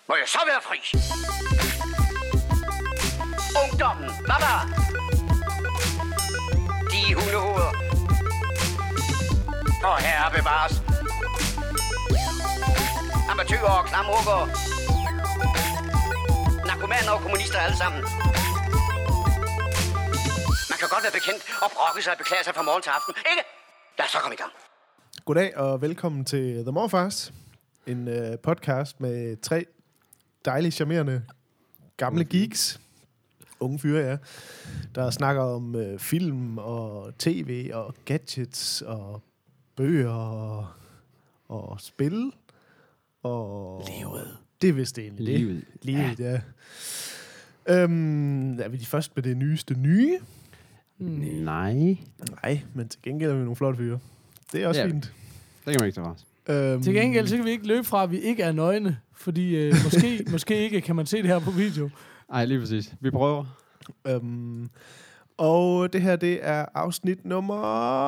Må jeg så være fri? Ungdommen, baba! De hundehoveder. Og herre bevares. Amatøger og klamrukker. Narkomaner og kommunister alle sammen. Man kan godt være bekendt og brokke sig og beklage sig fra morgen til aften, ikke? Lad os så komme i gang. Goddag og velkommen til The Morfars. En podcast med 3 dejligt charmerende gamle geeks. Unge fyre, ja. Der snakker om film og tv og gadgets og bøger og spil. Og livet. Det er vist egentlig det. Livet, ja. Er vi de første med det nyeste nye? Nej, men til gengæld er vi nogle flotte fyre. Det er også fint. Det kan man ikke tage ret. Til gengæld så kan vi ikke løbe fra, at vi ikke er nøgne, fordi måske ikke kan man se det her på video. Nej, lige præcis. Vi prøver. Og det her, det er afsnit nummer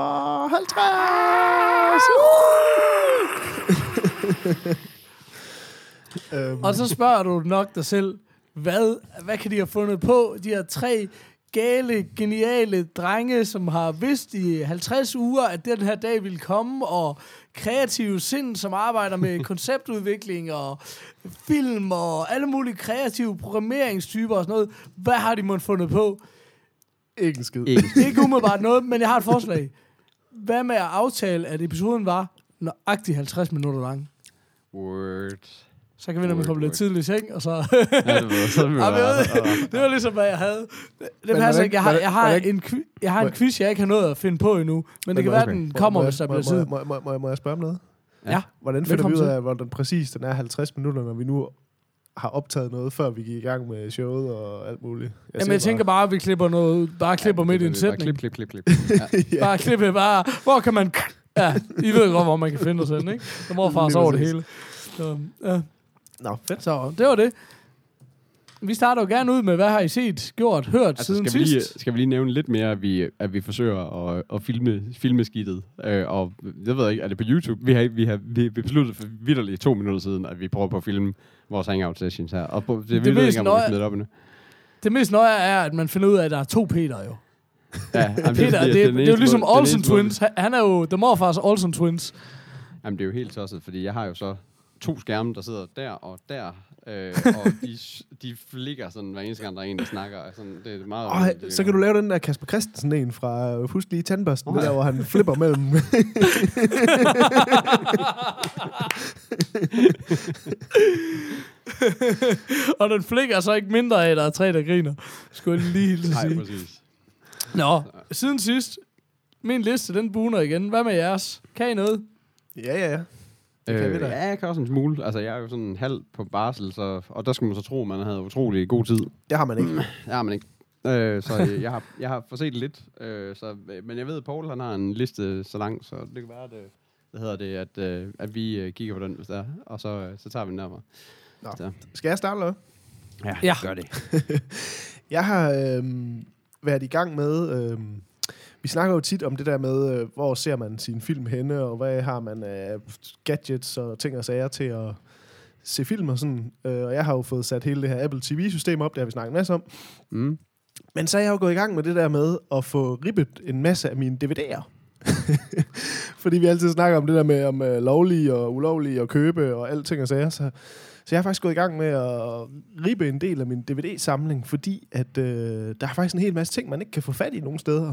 50! Og så spørger du nok dig selv, hvad kan de have fundet på, de her 3 gale, geniale drenge, som har vidst i 50 uger, at den her dag ville komme, og kreative sind, som arbejder med konceptudvikling og film og alle mulige kreative programmeringstyper og sådan noget. Hvad har de måtte fundet på? Ikke en skid. Ikke umiddelbart noget, men jeg har et forslag. Hvad med at aftale, at episoden var nøjagtigt 50 minutter lang? Word. Så kan vi nemlig komme lidt tidligt i seng, og så... Ja, det var ligesom, hvad jeg havde. Det passer ikke. Jeg har en quiz, jeg ikke har nået at finde på endnu, men det kan være, den kommer, hvis der bliver tid. Må jeg spørge om noget? Ja. Hvordan finder vi ud af, hvordan præcis den er 50 minutter, når vi nu har optaget noget, før vi gik i gang med showet og alt muligt? Jeg tænker bare, at vi klipper noget, klipper midt i en sætning. Klip. Ja. Bare klippe, hvor kan man... Ja, I ved godt, hvor man kan finde sådan, ikke? Der må fars over det hele. Så, ja. Nå, fedt. Så det var det. Vi starter jo gerne ud med, hvad har I set, hørt siden sidst? Skal vi lige nævne lidt mere, at vi forsøger at filme skidtet? Og jeg ved ikke, er det på YouTube? Vi besluttede for vitterligt 2 minutter siden, at vi prøver på at filme vores hangout sessions her. Og det ved ikke, om vi smider op endnu. Det mest nøje er, at man finder ud af, at der er 2 Peter jo. Ja, Peter, det er jo ligesom Olsen Twins. Han er jo The Morfars Olsen Twins. Jamen, det er jo helt tosset, fordi jeg har jo så 2 skærme, der sidder der og der, og de flikker sådan hver eneste gang, der er en, der snakker. Sådan, det er meget så kan du lave den der Kasper Christensen en fra Husk lige tandbørsten, der hvor han flipper mellem. Og den flikker så ikke mindre af, der er 3, der griner. Skulle jeg lige hilse at sige. Nej, præcis. Nå, siden sidst, min liste, den buner igen. Hvad med jeres? Kan I noget? Ja. Ja, jeg kan også en smule. Altså, jeg er jo sådan halv på barsel, og der skal man så tro, man havde utrolig god tid. Det har man ikke. Det har man ikke. Så jeg har forset lidt. Men jeg ved, at Paul han har en liste så lang, så det kan være, at vi kigger på den, hvis det er. Og så tager vi den nærmere. Nå. Skal jeg starte, eller? Ja, gør det. Jeg har været i gang med... Vi snakker jo tit om det der med, hvor ser man sin film henne, og hvad har man af gadgets og ting og sager til at se film og sådan. Og jeg har jo fået sat hele det her Apple TV-system op, det har vi snakket en masse om. Mm. Men så er jeg jo gået i gang med det der med at få rippet en masse af mine DVD'er. Fordi vi altid snakker om det der med om lovlige og ulovlige og købe og alt ting og sager. Så jeg har faktisk gået i gang med at rippe en del af min DVD-samling, fordi at, der er faktisk en hel masse ting, man ikke kan få fat i nogen steder.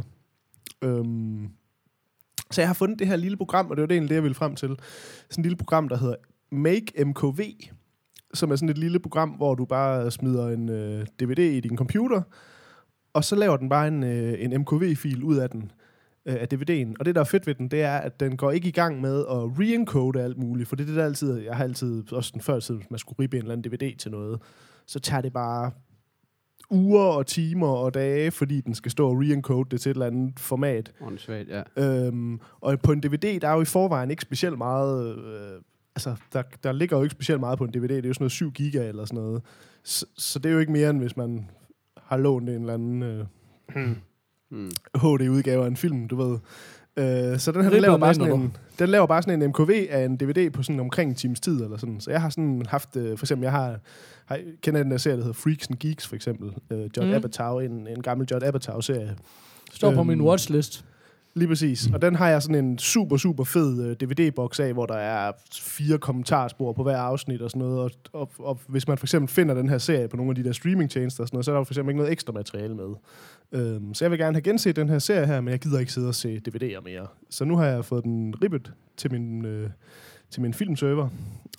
Så jeg har fundet det her lille program, og det var egentlig det, jeg ville frem til. Sådan et lille program, der hedder Make MKV, som er sådan et lille program, hvor du bare smider en DVD i din computer, og så laver den bare en MKV-fil ud af den, af DVD'en. Og det, der er fedt ved den, det er, at den går ikke i gang med at re-encode alt muligt, for det er det, der altid, jeg har altid, også den før tid, hvis man skulle rippe en eller anden DVD til noget, så tager det bare uger og timer og dage, fordi den skal stå og re-encode det til et eller andet format. Åndssvagt, ja. Og på en DVD, der er jo i forvejen ikke specielt meget... der ligger jo ikke specielt meget på en DVD. Det er jo sådan noget 7 giga eller sådan noget. Så det er jo ikke mere, end hvis man har lånt en eller anden HD-udgave af en film, du ved. Så den her, den laver bare sådan en MKV af en DVD på sådan omkring en times tid, eller sådan. Så jeg har sådan haft, for eksempel, jeg kender den der serie, der hedder Freaks and Geeks, for eksempel. Judd Apatow, en gammel Judd Apatow-serie. Står på min watchlist. Lige præcis. Og den har jeg sådan en super, super fed DVD-boks af, hvor der er 4 kommentarspor på hver afsnit og sådan noget. Og hvis man for eksempel finder den her serie på nogle af de der streaming-tjenester og sådan noget, så er der for eksempel ikke noget ekstra materiale med. Så jeg vil gerne have genset den her serie her, men jeg gider ikke sidde og se DVD'er mere. Så nu har jeg fået den ribbet til min filmserver.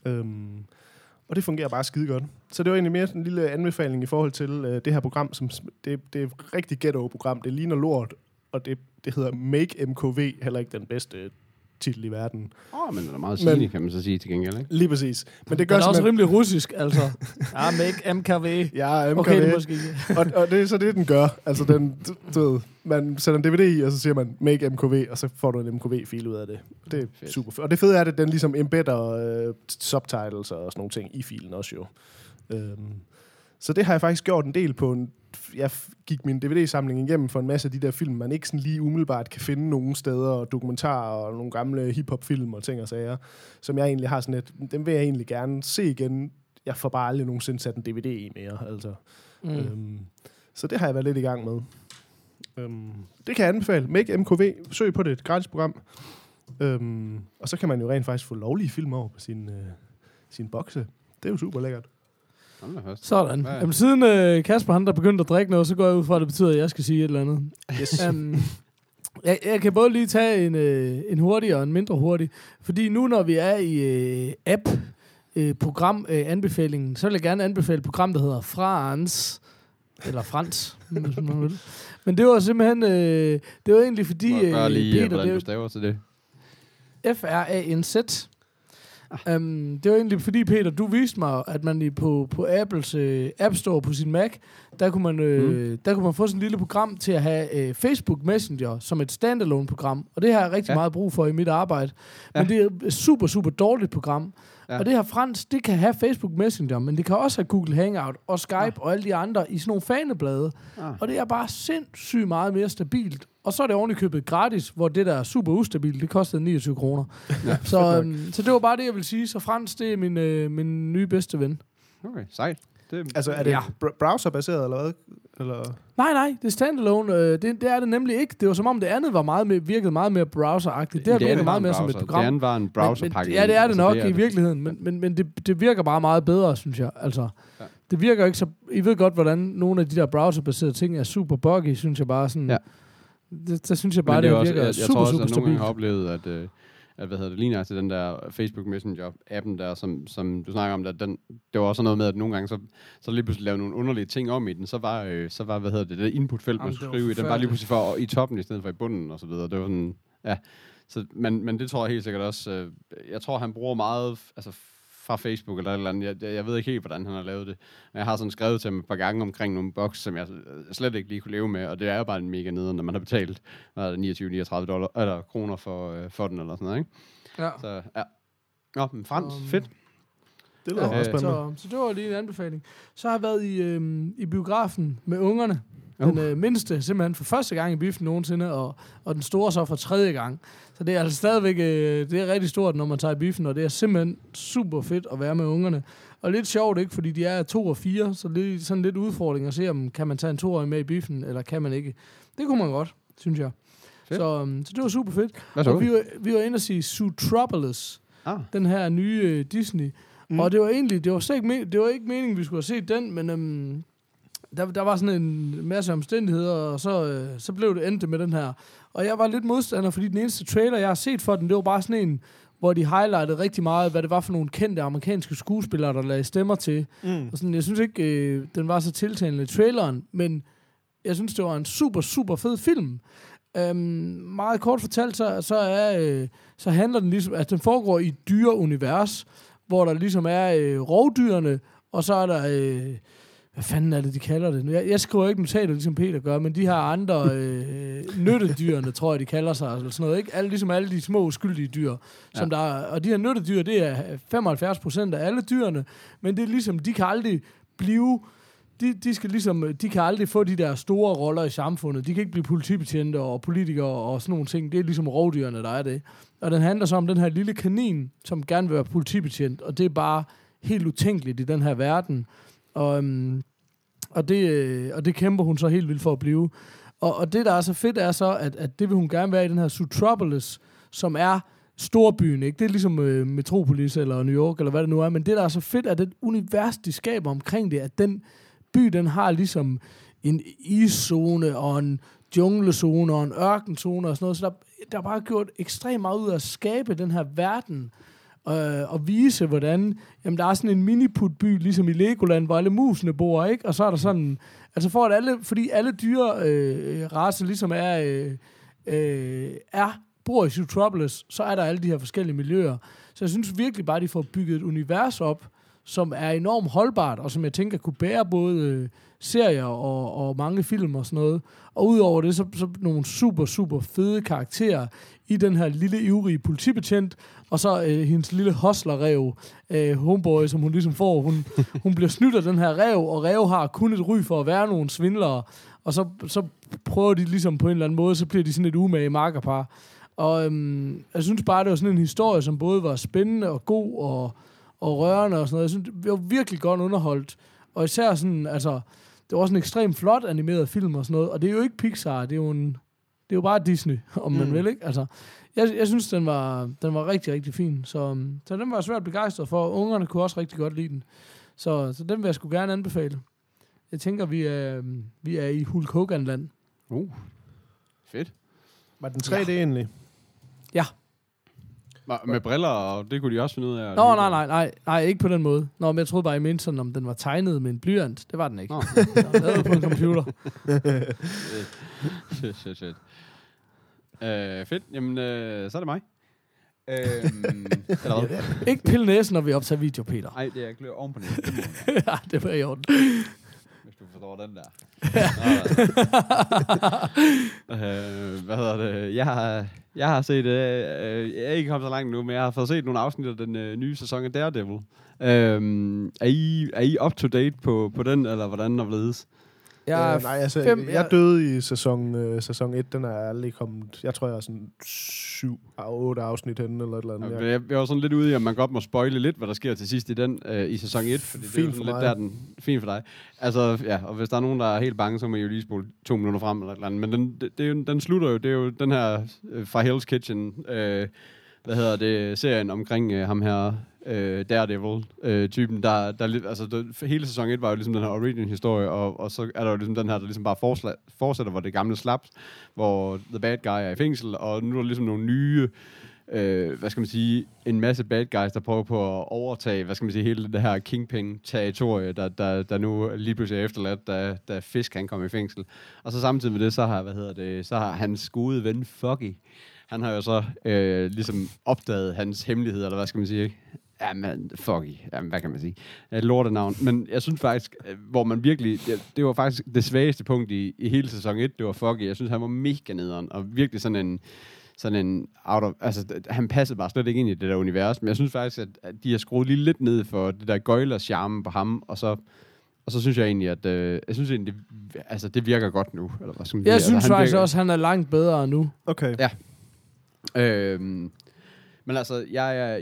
Og det fungerer bare skide godt. Så det var egentlig mere en lille anbefaling i forhold til det her program, som det er et rigtig ghetto-program. Det ligner lort, og det hedder Make MKV, heller ikke den bedste titel i verden. Men det er meget sigende, kan man så sige til gengæld, ikke? Lige præcis. Men det gør den er også rimelig russisk, altså. Ja, Make MKV. Ja, MKV. Okay, det måske ikke. og det er så det, den gør. Altså, du ved, man sætter en DVD i, og så siger man Make MKV, og så får du en MKV-fil ud af det. Det er fedt. Super fedt. Og det fede er, at den ligesom embedder subtitles og sådan nogle ting i filen også jo. Så det har jeg faktisk gjort en del på. Jeg gik min DVD-samling igennem for en masse af de der film, man ikke sådan lige umiddelbart kan finde nogen steder, og dokumentarer og nogle gamle hip-hop-film og ting og sager, som jeg egentlig har sådan et, dem vil jeg egentlig gerne se igen. Jeg får bare aldrig nogensinde sat en DVD i mere, altså. Så det har jeg været lidt i gang med. Det kan jeg anbefale. Make MKV. Søg på det, et gratis program. Og så kan man jo rent faktisk få lovlige film over på sin bokse. Det er jo super lækkert. Sådan. Ja. Jamen, siden Kasper han der begyndte at drikke noget, så går jeg ud fra, at det betyder, at jeg skal sige et eller andet. Yes. Jeg kan både lige tage en hurtig og en mindre hurtig. Fordi nu, når vi er i program-anbefalingen, så vil jeg gerne anbefale et program, der hedder Frans. Eller Frans, hvis man vil. Men det var simpelthen... det var egentlig fordi... Bare lige, hvordan du staver til det. FRANZ. Det var egentlig fordi, Peter, du viste mig, at man på Apples App Store på sin Mac, der kunne man få sådan et lille program til at have Facebook Messenger som et standalone-program. Og det har jeg rigtig meget brug for i mit arbejde. Men det er et super, super dårligt program. Ja. Og det her Frans, det kan have Facebook Messenger, men det kan også have Google Hangout og Skype og alle de andre i sådan nogle faneblade. Og det er bare sindssygt meget mere stabilt. Og så er det ordentligt købet gratis, hvor det der er super ustabilt, det kostede 29 kroner. Ja. Så det var bare det, jeg vil sige. Så Frans, det er min nye bedste ven. Okay, sejt. Altså, er det browserbaseret, eller hvad? Eller? Nej, det er standalone. Det er det nemlig ikke. Det var som om det andet virkede meget mere browser-agtigt. Det her virker meget mere som et program. Det andet var en browserpakke. Ja, det er det nok i virkeligheden. Men det virker bare meget bedre, synes jeg. Altså, det virker ikke så... I ved godt, hvordan nogle af de der browserbaserede ting er super buggy, synes jeg bare sådan... Ja. Det synes jeg bare, det virker super, super stabilt. Jeg tror også, at nogle gange har oplevet, at lige nøjagtigt til den der Facebook Messenger-appen der, som du snakker om, det var også noget med, at nogle gange, så lige pludselig lavede nogle underlige ting om i den, så var det inputfelt, man skulle skrive i, den var lige pludselig i toppen, i stedet for i bunden, og så videre. Det var sådan, ja. Så, men det tror jeg helt sikkert også, jeg tror, han bruger meget, altså fra Facebook eller et eller andet. Jeg ved ikke helt, hvordan han har lavet det. Men jeg har sådan skrevet til ham et par gange omkring nogle boks, som jeg slet ikke lige kunne leve med, og det er jo bare en mega neder, når man har betalt $29-39 eller kroner for den eller sådan noget, ikke? Ja. Så ja. Nå, men Frans, fedt. Det lyder også spændende. Så det var lige en anbefaling. Så har jeg været i biografen med ungerne. Den mindste simpelthen for første gang i biffen nogensinde, og den store så for tredje gang. Så det er altså stadigvæk det er rigtig stort, når man tager i biffen, og det er simpelthen super fedt at være med ungerne. Og lidt sjovt, ikke? Fordi de er 2 og 4, så det er sådan lidt udfordring at se, om kan man tage en 2-årig med i biffen, eller kan man ikke. Det kunne man godt, synes jeg. Så det var super fedt. Og vi var inde og sige Zootropolis, den her nye Disney. Og det var ikke meningen, vi skulle have set den, men der var sådan en masse omstændigheder, og så blev det endte med den her. Og jeg var lidt modstander, fordi den eneste trailer, jeg har set for den, det var bare sådan en, hvor de highlightede rigtig meget, hvad det var for nogle kendte amerikanske skuespillere, der lagde stemmer til. Og sådan, jeg synes ikke, den var så tiltalende i traileren, men jeg synes, det var en super, super fed film. Meget kort fortalt, så handler den ligesom, at den foregår i et dyreunivers, hvor der ligesom er rovdyrene, og så er der... hvad fanden er det, de kalder det? Jeg skriver ikke notater, ligesom Peter gør, men de her andre nyttedyrene, tror jeg, de kalder sig, eller sådan noget, ikke? Ligesom alle de små uskyldige dyr, som der er. Og de her nyttedyr, det er 75% af alle dyrene, men det er ligesom, de kan aldrig blive de skal ligesom, de kan aldrig få de der store roller i samfundet. De kan ikke blive politibetjente og politikere og sådan nogle ting. Det er ligesom rovdyrene, der er det. Og den handler så om den her lille kanin, som gerne vil være politibetjent, og det er bare helt utænkeligt i den her verden. Og det kæmper hun så helt vildt for at blive. Og det, der er så fedt, er så, at det vil hun gerne være i den her Zootropolis, som er storbyen, ikke? Det er ligesom Metropolis eller New York, eller hvad det nu er, men det, der er så fedt, er det univers, de skaber omkring det, at den by, den har ligesom en iszone og en junglezone og en ørkenzone og sådan noget, så der er bare gjort ekstremt meget ud af at skabe den her verden, og vise, hvordan jamen, der er sådan en miniputby, ligesom i Legoland, hvor alle musene bor, ikke? Og så er der sådan, altså fordi alle dyreracer ligesom bor i Zootropolis, så er der alle de her forskellige miljøer. Så jeg synes virkelig bare, de får bygget et univers op, som er enormt holdbart, og som jeg tænker kunne bære både serier og mange film og sådan noget. Og udover det, så nogle super, super fede karakterer i den her lille, ivrige politibetjent, og så hendes lille hostlerrev, homeboy, som hun ligesom får. Hun bliver snydt af den her rev, og rev har kun et ry for at være nogle svindlere, og så prøver de ligesom på en eller anden måde, så bliver de sådan et umage makkerpar. Og jeg synes bare, det var sådan en historie, som både var spændende og god og rørende og sådan noget. Jeg synes, det var virkelig godt underholdt. Og især sådan, altså, det var også en ekstremt flot animeret film og sådan noget. Og det er jo ikke Pixar, det er jo bare Disney, om man vil, ikke? Altså, jeg synes, den var rigtig, rigtig fin. Så den var svært begejstret for. Ungerne kunne også rigtig godt lide den. Så den vil jeg sgu gerne anbefale. Jeg tænker, vi er i Hulk Hogan-land. Fedt. Var den 3D egentlig? Ja. Med briller, og det kunne de også finde ud af? Nå, nej, ikke på den måde. Nå, men jeg troede bare, I mente sådan, om den var tegnet med en blyant. Det var den ikke. Den var lavet på en computer. Shit. Fedt. Jamen, så er det mig. Ikke pille næsen, når vi optager video, Peter. Nej, det er ikke oven på næsen. Ja, det var i orden. Hvis du forstår den der. Hvad hedder det? Jeg har set... jeg er ikke kommet så langt nu, men jeg har fået set nogle afsnit af den nye sæson af Daredevil. Er I up to date på den, eller hvordan og hvorledes? Jeg døde i sæson 1. Den er aldrig kommet... Jeg tror, jeg er sådan 7-8 afsnit henne, eller et eller andet. Jeg var sådan lidt ude i, at man godt må spoile lidt, hvad der sker til sidst i den i sæson 1. Fordi fint det er lidt der, fint for dig. Altså, ja, og hvis der er nogen, der er helt bange, så må I jo lige spole 2 minutter frem, eller et eller andet. Men den slutter jo. Det er jo den her fra Hell's Kitchen... serien omkring ham her, Daredevil-typen, hele sæson 1 var jo ligesom den her origin-historie, og så er der jo ligesom den her, der ligesom bare fortsætter, hvor det gamle slaps, hvor the bad guy er i fængsel, og nu er der ligesom nogle nye, en masse bad guys, der prøver på at overtage, hele det her Kingpin-territorie, der nu lige pludselig er efterladt, da Fisk han kom i fængsel. Og så samtidig med det, så har hans gode ven Foggy, han har jo så ligesom opdaget hans hemmelighed, eller hvad skal man sige, ikke? Jamen, Foggy. Jamen, hvad kan man sige? Et lortenavn. Men jeg synes faktisk, hvor man virkelig... Det var faktisk det svageste punkt i hele sæson 1, det var Foggy. Jeg synes, han var mega nederen, og virkelig sådan en out of... Altså, han passede bare slet ikke ind i det der univers, men jeg synes faktisk, at de har skruet lige lidt ned for det der gøjler-charme på ham, og så synes jeg egentlig, at det virker godt nu. Eller hvad skal man sige? Jeg synes faktisk også, at han er langt bedre nu. Okay. Ja. Men altså, jeg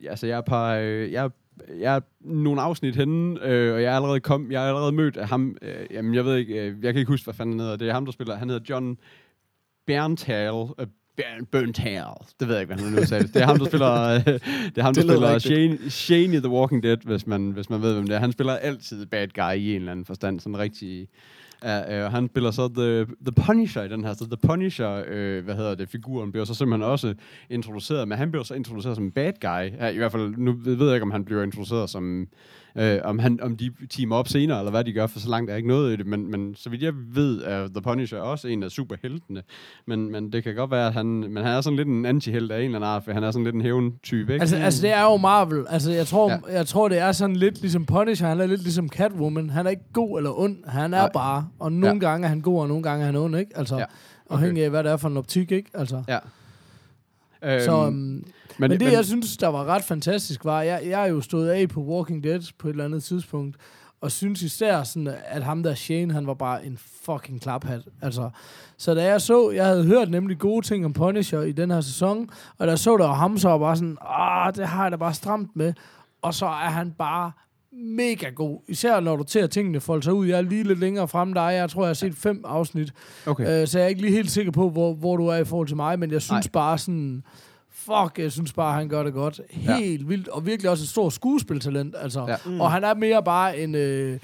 er nogle afsnit henne, og jeg er allerede mødt af ham. Jamen, jeg ved ikke, jeg kan ikke huske, hvad fanden han hedder. Det er ham, der spiller. Han hedder John Bernthal. Det ved jeg ikke, hvad han nu sagde. Det er ham, der spiller Shane i The Walking Dead, hvis man ved, hvem det er. Han spiller altid bad guy i en eller anden forstand, sådan rigtig... han spiller så The Punisher i den her. Så The Punisher, figuren, bliver så simpelthen også introduceret, men han bliver så introduceret som bad guy. Ja, i hvert fald, nu ved jeg ikke, om han bliver introduceret som... om de teamer op senere, eller hvad de gør, for så langt er ikke noget i det, men så vidt jeg ved, er The Punisher også en af superheltene. Men det kan godt være, at han er sådan lidt en antihelt af en eller anden art, for han er sådan lidt en hævn-type, ikke? Altså, det er jo Marvel. Altså, jeg tror, det er sådan lidt ligesom Punisher. Han er lidt ligesom Catwoman. Han er ikke god eller ond. Han er bare. Og nogle gange er han god, og nogle gange er han ond, ikke? Altså, afhængig af, hvad det er for en optik, ikke? Altså. Ja. Men det, jeg synes, der var ret fantastisk, var, jeg er jo stået af på Walking Dead på et eller andet tidspunkt, og synes især sådan, at ham der Shane, han var bare en fucking klaphat. Altså, så da jeg havde hørt nemlig gode ting om Punisher i den her sæson, og da jeg så der ham, så var bare sådan, det har jeg da bare stramt med, og så er han bare mega god. Især når du ser tingene folde sig ud. Jeg er lige lidt længere frem dig. Jeg tror, jeg har set 5 afsnit. Okay. Så jeg er ikke lige helt sikker på, hvor du er i forhold til mig, men jeg synes bare sådan... jeg synes bare, han gør det godt. Helt vildt. Og virkelig også et stort skuespiltalent. Altså. Og han er mere bare en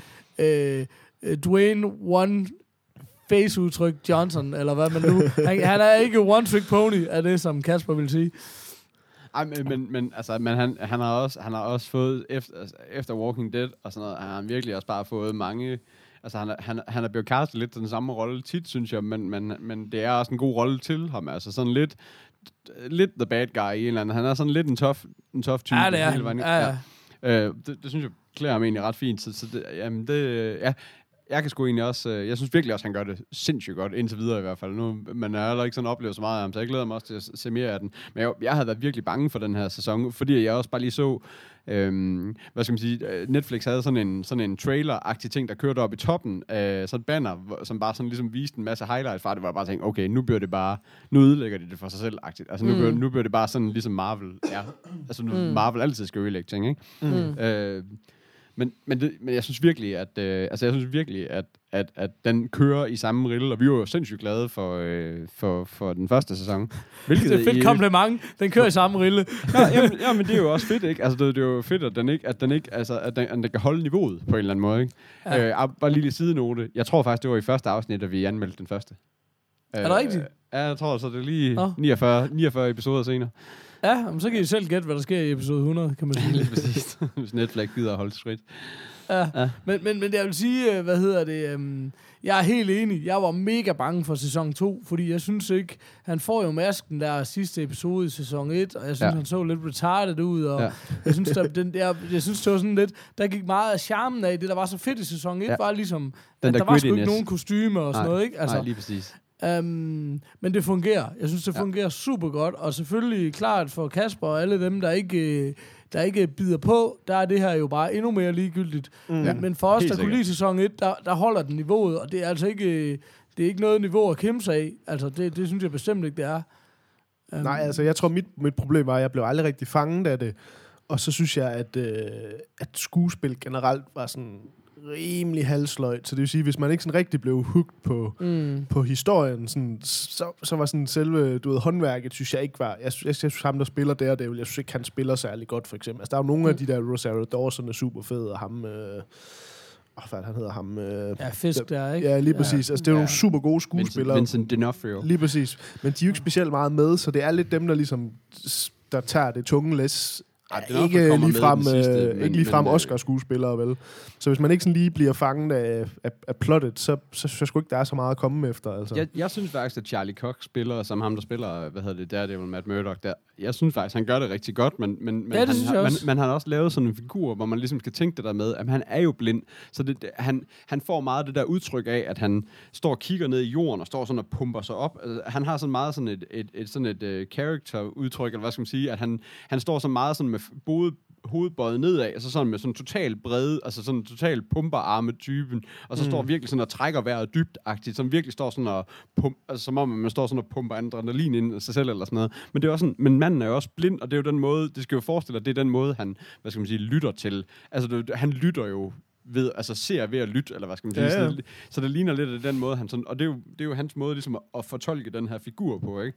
Dwayne One face-udtryk Johnson, eller hvad man nu... Han er ikke one-trick pony, er det, som Kasper vil sige. Ej, men han har også fået efter Walking Dead og sådan noget, han har virkelig også bare fået mange. Altså han er blevet castet lidt til den samme rolle tit, synes jeg, men det er også en god rolle til ham. Altså sådan lidt the bad guy i en eller anden. Han er sådan lidt en tough type. Ja, det er hele vejen. Ja. Det synes jeg klæder ham egentlig ret fint. Så jeg kan sgu egentlig også... jeg synes virkelig også, han gør det sindssygt godt, indtil videre i hvert fald. Nu, men jeg har heller ikke sådan oplevet så meget af ham, så jeg glæder mig også til at se mere af den. Men jeg havde været virkelig bange for den her sæson, fordi jeg også bare lige så... hvad skal man sige? Netflix havde sådan en trailer-agtig ting, der kørte op i toppen af sådan et banner, som bare sådan ligesom viste en masse highlights fra det, hvor jeg bare tænkte, okay, nu ødelægger de det for sig selv-agtigt. Altså nu bliver det bare sådan ligesom Marvel. Ja. Altså Marvel altid skal ødelægge ting, ikke? Men jeg synes virkelig, at den kører i samme rille, og vi var jo sindssygt glade for den første sæson. Hvilket det er fedt kompliment. Den kører i samme rille. Ja, men det er jo også fedt, ikke? Altså det er jo fedt, at den kan holde niveauet på en eller anden måde, ikke? Ja. Bare lige sidenote. Jeg tror faktisk, det var i første afsnit, at vi anmeldte den første. Er det rigtigt? Ja, jeg tror så. Det er lige 49 episoder senere. Ja, så kan I selv gætte, hvad der sker i episode 100, kan man sige. Lige præcis. Hvis Netflix gider at holde skridt. Ja. Men jeg vil sige, jeg er helt enig. Jeg var mega bange for sæson 2, fordi jeg synes ikke, han får jo masken der sidste episode i sæson 1, og jeg synes, han så lidt retarded ud, og jeg synes, det var sådan lidt, der gik meget af charmen af det, der var så fedt i sæson 1, var ligesom, at der var sgu ikke nogen kostymer og sådan noget, ikke? Altså, nej, lige præcis. Men det fungerer. Jeg synes, det fungerer super godt, og selvfølgelig klart for Kasper og alle dem, der ikke bider på, der er det her jo bare endnu mere ligegyldigt. Men for os, der kunne lide sæson 1, der holder den niveauet, og det er altså ikke, det er ikke noget niveau at kæmpe sig af. Altså, det synes jeg bestemt ikke, det er. Nej, altså, jeg tror, mit problem var, at jeg blev aldrig rigtig fanget af det, og så synes jeg, at skuespil generelt var sådan rimelig halvsløjt. Så det vil sige, hvis man ikke sådan rigtig blev hooked på historien, sådan, så var sådan selve, håndværket, synes jeg ikke var... Jeg synes ham, der spiller Daredevil, jeg synes ikke, han spiller særlig godt, for eksempel. Altså, der er jo nogle af de der Rosario Dawson er super fede, og ham... hvad han hedder ham? Fisk der, ikke? Ja, lige præcis. Altså, det er jo nogle super gode skuespillere. Vincent D'Onofrio. Lige præcis. Men de er jo ikke specielt meget med, så det er lidt dem, der ligesom... der tager det tunge læs. Ikke ligefrem Oscar-skuespillere, vel? Så hvis man ikke sådan lige bliver fanget af plottet, så synes jeg sgu ikke, der er så meget at komme efter. Altså. Jeg synes faktisk, at Charlie Cox spiller, som ham, der spiller, Daredevil, Matt Murdock, der. Jeg synes faktisk, han gør det rigtig godt, men han har også lavet sådan en figur, hvor man ligesom skal tænke det der med, at han er jo blind, så han får meget det der udtryk af, at han står og kigger ned i jorden, og står sådan og pumper sig op. Altså, han har sådan meget sådan et character-udtryk, eller hvad skal man sige, at han står så meget sådan med hovedet bøjet nedad, altså sådan med sådan total brede, altså sådan total pumperarme-typen, og så står virkelig sådan og trækker vejret dybt-agtigt, som virkelig står sådan og altså som om man står sådan og pumper adrenalin ind i sig selv eller sådan noget. Men det er også sådan, men manden er jo også blind, og det er jo den måde, det skal jo forestille dig, det er den måde, han, hvad skal man sige, lytter til. Altså han lytter jo ved, altså ser ved at lytte, eller hvad skal man sige. Ja. Så det ligner lidt af den måde, han sådan, og det er jo hans måde ligesom at fortolke den her figur på, ikke?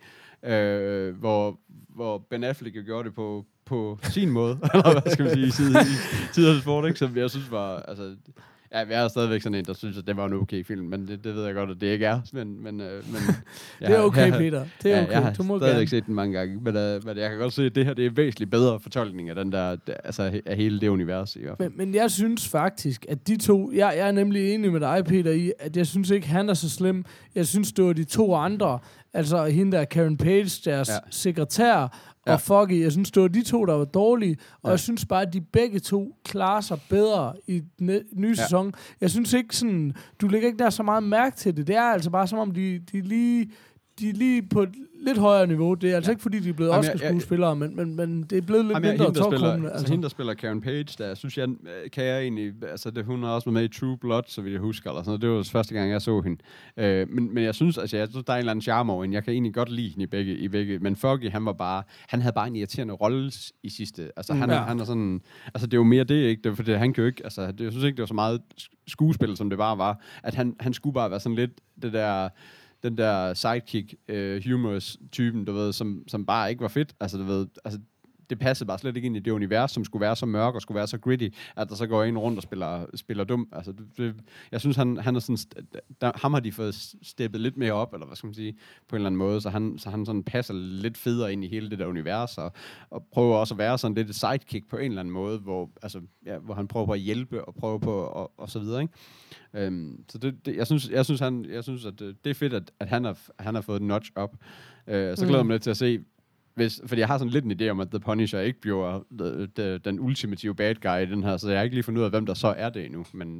Hvor Ben Affleck gjorde det på sin måde, eller hvad skal man sige, i tidens sport, ikke? Som jeg synes var, altså... Ja, jeg er stadigvæk sådan en, der synes, at det var en okay film, men det ved jeg godt, at det ikke er. Men det er okay, Peter. Det er okay. Jeg har stadigvæk set den mange gange, men jeg kan godt se, at det her det er væsentligt bedre fortolkning af den der, altså af hele det univers i hvert fald. Men jeg synes faktisk, at de to, jeg er nemlig enig med dig, Peter, i, at jeg synes ikke, han er så slem. Jeg synes, det var de to andre, altså hende der Karen Page, deres sekretær, og Foggy, jeg synes, det var de to, der var dårlige, og jeg synes bare, at de begge to klarer sig bedre i den nye sæson. Jeg synes ikke sådan, du lægger ikke der så meget mærke til det. Det er altså bare som om, de lige de er lige på et lidt højere niveau. Det er altså ikke, fordi de er blevet Oscar-skuespillere, men det er blevet lidt mindre tårkommende. Altså hende, der spiller Karen Page, der synes jeg, kan jeg egentlig... Altså, hun har også været med i True Blood, så vidt jeg husker, eller sådan noget. Det var første gang, jeg så hende. Men jeg synes, der er en eller anden charme over hende. Jeg kan egentlig godt lide hende i begge. Men Foggy, han havde bare en irriterende rolle i sidste. Altså, han er sådan... Altså, det er jo mere det, ikke? Det er, fordi han kan jo ikke... Altså, jeg synes ikke, det var så meget skuespil, som det bare var. At han skulle bare være sådan lidt den der sidekick, humorous-typen, du ved, som bare ikke var fedt. Altså, du ved, det passede bare slet ikke ind i det univers, som skulle være så mørk og skulle være så gritty, at der så går en rundt og spiller dum. Altså, jeg synes, han er sådan... ham har de fået steppet lidt mere op, eller hvad skal man sige, på en eller anden måde, så han sådan passer lidt federe ind i hele det der univers, og prøver også at være sådan lidt et sidekick på en eller anden måde, hvor han prøver på at hjælpe, og prøver på, og så videre, ikke? Så jeg synes, at det er fedt, at han har fået et notch op. Så glæder jeg mig lidt til at se, fordi jeg har sådan lidt en idé om, at The Punisher ikke bliver den ultimative bad guy i den her, så jeg har ikke lige fundet ud af, hvem der så er det endnu.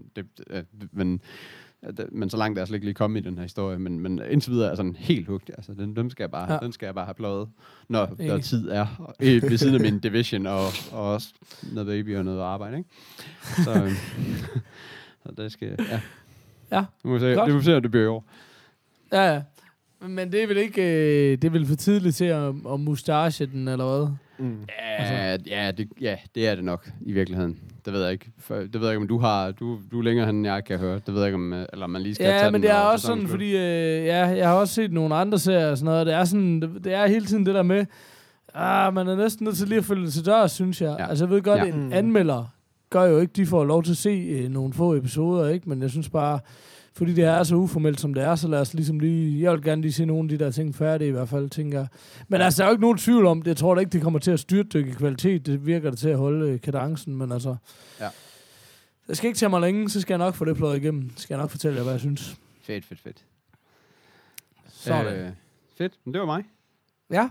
Men så langt er jeg slet ikke lige kommet i den her historie. Men indtil videre er sådan helt hugt. Altså, den skal jeg bare have pløjet, når der tid er. Ved siden af min division og også noget baby og noget arbejde, ikke? Så det skal... Ja. Nu må vi se, om det bliver i år. Ja. Men det er vel ikke... det er vel for tidligt til at mustache den, eller hvad? Det er det nok, i virkeligheden. Det ved jeg ikke. Det ved jeg ikke, om du er længere end jeg kan høre. Det ved jeg ikke, om eller man lige skal tage den. Ja, men det er også sådan, fordi... jeg har også set nogle andre serier og sådan noget. Det er hele tiden det der med... man er næsten nødt til lige at følge det til dør, synes jeg. Ja. Altså, jeg ved godt, at en anmelder gør jo ikke, de får lov til at se nogle få episoder, ikke? Men jeg synes bare... Fordi det er så uformelt, som det er, så lad os ligesom lige... Jeg vil gerne lige se nogle af de der ting færdige, i hvert fald, tænker jeg. Men altså, der er jo ikke nogen tvivl om det. Jeg tror da ikke, det kommer til at styrtdykke i kvalitet. Det virker det til at holde kadencen, men altså... Ja. Det skal ikke tage mig længe, så skal jeg nok få det pløjet igennem. Så skal jeg nok fortælle jer, hvad jeg synes. Fedt. Sådan. Fedt, men det var mig. Ja.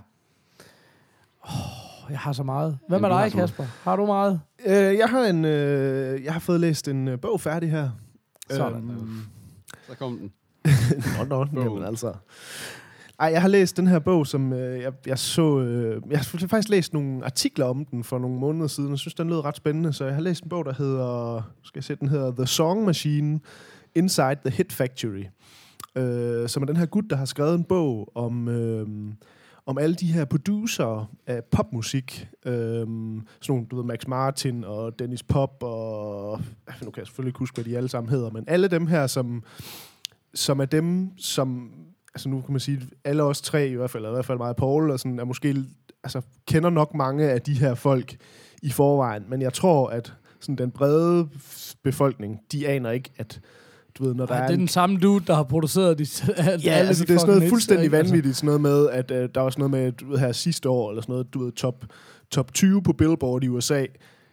Jeg har så meget. Hvem er dig, Kasper? Har du meget? Jeg har fået læst en bog færdig her. Sådan. Så kom den. Jamen altså. Ej, jeg har læst den her bog, som jeg så... jeg har faktisk læst nogle artikler om den for nogle måneder siden, og jeg synes, den lød ret spændende. Så jeg har læst en bog, der hedder The Song Machine Inside the Hit Factory. Som er den her gut, der har skrevet en bog om alle de her producer af popmusik. Sådan nogle, du ved, Max Martin og Dennis Pop og... Nu kan jeg selvfølgelig ikke huske, hvad de alle sammen hedder, men alle dem her, som er dem, som... Altså nu kan man sige, alle os tre i hvert fald meget Paul, og sådan, er måske... Altså kender nok mange af de her folk i forvejen, men jeg tror, at sådan, den brede befolkning, de aner ikke, at... Du ved, når der er det er den samme dude, der har produceret de ja, altså det er sådan noget fuldstændig vanvittigt, sådan noget med, at der var sådan noget med, du ved, her sidste år, eller sådan noget, du ved, top 20 på Billboard i USA,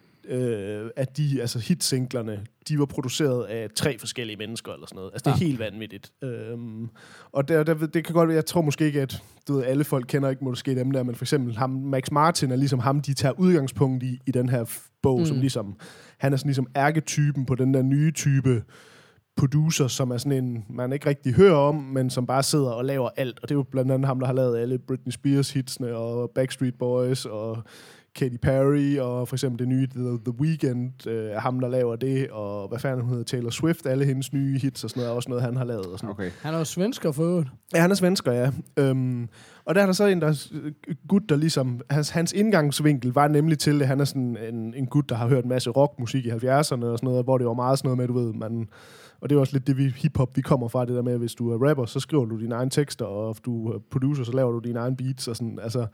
at de, altså hitsinglerne, de var produceret af 3 forskellige mennesker, eller sådan noget. Altså det er helt vanvittigt. Og det kan godt være, jeg tror måske ikke, at du ved, alle folk kender ikke måske dem der, men for eksempel ham, Max Martin er ligesom ham, de tager udgangspunkt i den her bog, som ligesom, han er sådan ligesom ærketypen på den der nye type producer, som er sådan en, man ikke rigtig hører om, men som bare sidder og laver alt. Og det er jo blandt andet ham, der har lavet alle Britney Spears hitsene, og Backstreet Boys, og Katy Perry, og for eksempel det nye The Weeknd, ham, der laver det, og hvad fanden hun hedder, Taylor Swift, alle hendes nye hits og sådan noget, er også noget, han har lavet. Og sådan. Okay. Han er jo svensker for øvrigt. Ja, han er svensker, ja. Og der er der så en gut, der ligesom... Hans indgangsvinkel var nemlig til det. Han er sådan en gut, der har hørt en masse rockmusik i 70'erne og sådan noget, hvor det var meget sådan noget med, du ved, man... Og det er også lidt det, hiphop, vi kommer fra, det der med, at hvis du er rapper, så skriver du dine egne tekster, og hvis du er producer, så laver du dine egne beats, og sådan, altså,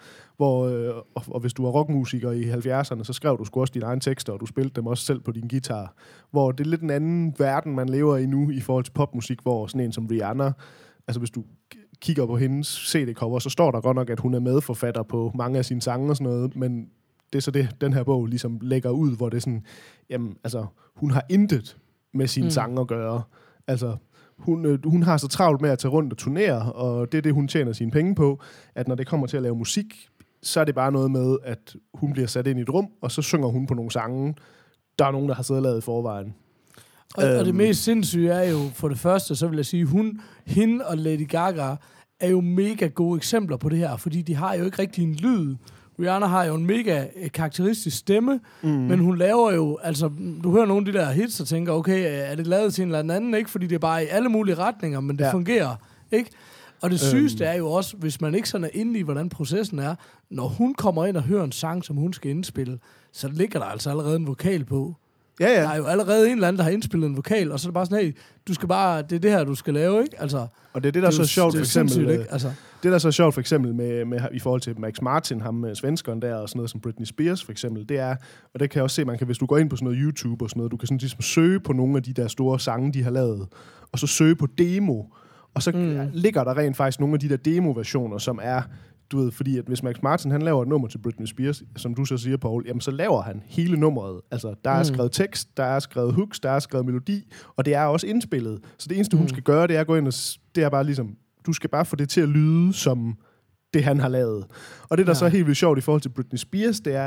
og hvis du er rockmusiker i 70'erne, så skrev du sgu også dine egne tekster, og du spillede dem også selv på din guitar. Hvor det er lidt en anden verden, man lever i nu, i forhold til popmusik, hvor sådan en som Rihanna, altså hvis du kigger på hendes CD-cover, så står der godt nok, at hun er medforfatter på mange af sine sange og sådan noget, men det er så det, den her bog ligesom lægger ud, hvor det er sådan, jamen, altså, hun har intet med sine sange at gøre. Altså, hun har så travlt med at tage rundt og turnere, og det er det, hun tjener sine penge på, at når det kommer til at lave musik, så er det bare noget med, at hun bliver sat ind i et rum, og så synger hun på nogle sange, der er nogen, der har siddet og lavet i forvejen. Og det mest sindssyge er jo, for det første, så vil jeg sige, hende og Lady Gaga er jo mega gode eksempler på det her, fordi de har jo ikke rigtig en lyd. Rihanna har jo en mega karakteristisk stemme, men hun laver jo, altså, du hører nogle af de der hits og tænker, okay, er det lavet til en eller anden, ikke? Fordi det er bare i alle mulige retninger, men det fungerer, ikke? Og det sygeste er jo også, hvis man ikke sådan er inde i, hvordan processen er, når hun kommer ind og hører en sang, som hun skal indspille, så ligger der altså allerede en vokal på. Ja. Der er jo allerede en eller anden, der har indspillet en vokal, og så er det bare sådan, hey, du skal bare, det er det her, du skal lave, ikke? Altså, og det er det, der er så sjovt, for eksempel. Ikke? Altså. Det, der er så sjovt, for eksempel, med i forhold til Max Martin, ham med svenskeren der, og sådan noget som Britney Spears, for eksempel, det er, og det kan jeg også se, man kan, hvis du går ind på sådan noget YouTube og sådan noget, du kan sådan ligesom søge på nogle af de der store sange, de har lavet, og så søge på demo, og så ligger der rent faktisk nogle af de der demo-versioner, som er, du ved, fordi at hvis Max Martin, han laver et nummer til Britney Spears, som du så siger, Paul, jamen så laver han hele nummeret. Altså, der er skrevet tekst, der er skrevet hooks, der er skrevet melodi, og det er også indspillet. Så det eneste, hun skal gøre, det er at gå ind og, det er bare ligesom, du skal bare få det til at lyde som det, han har lavet. Og det, der så er helt vildt sjovt i forhold til Britney Spears, det er,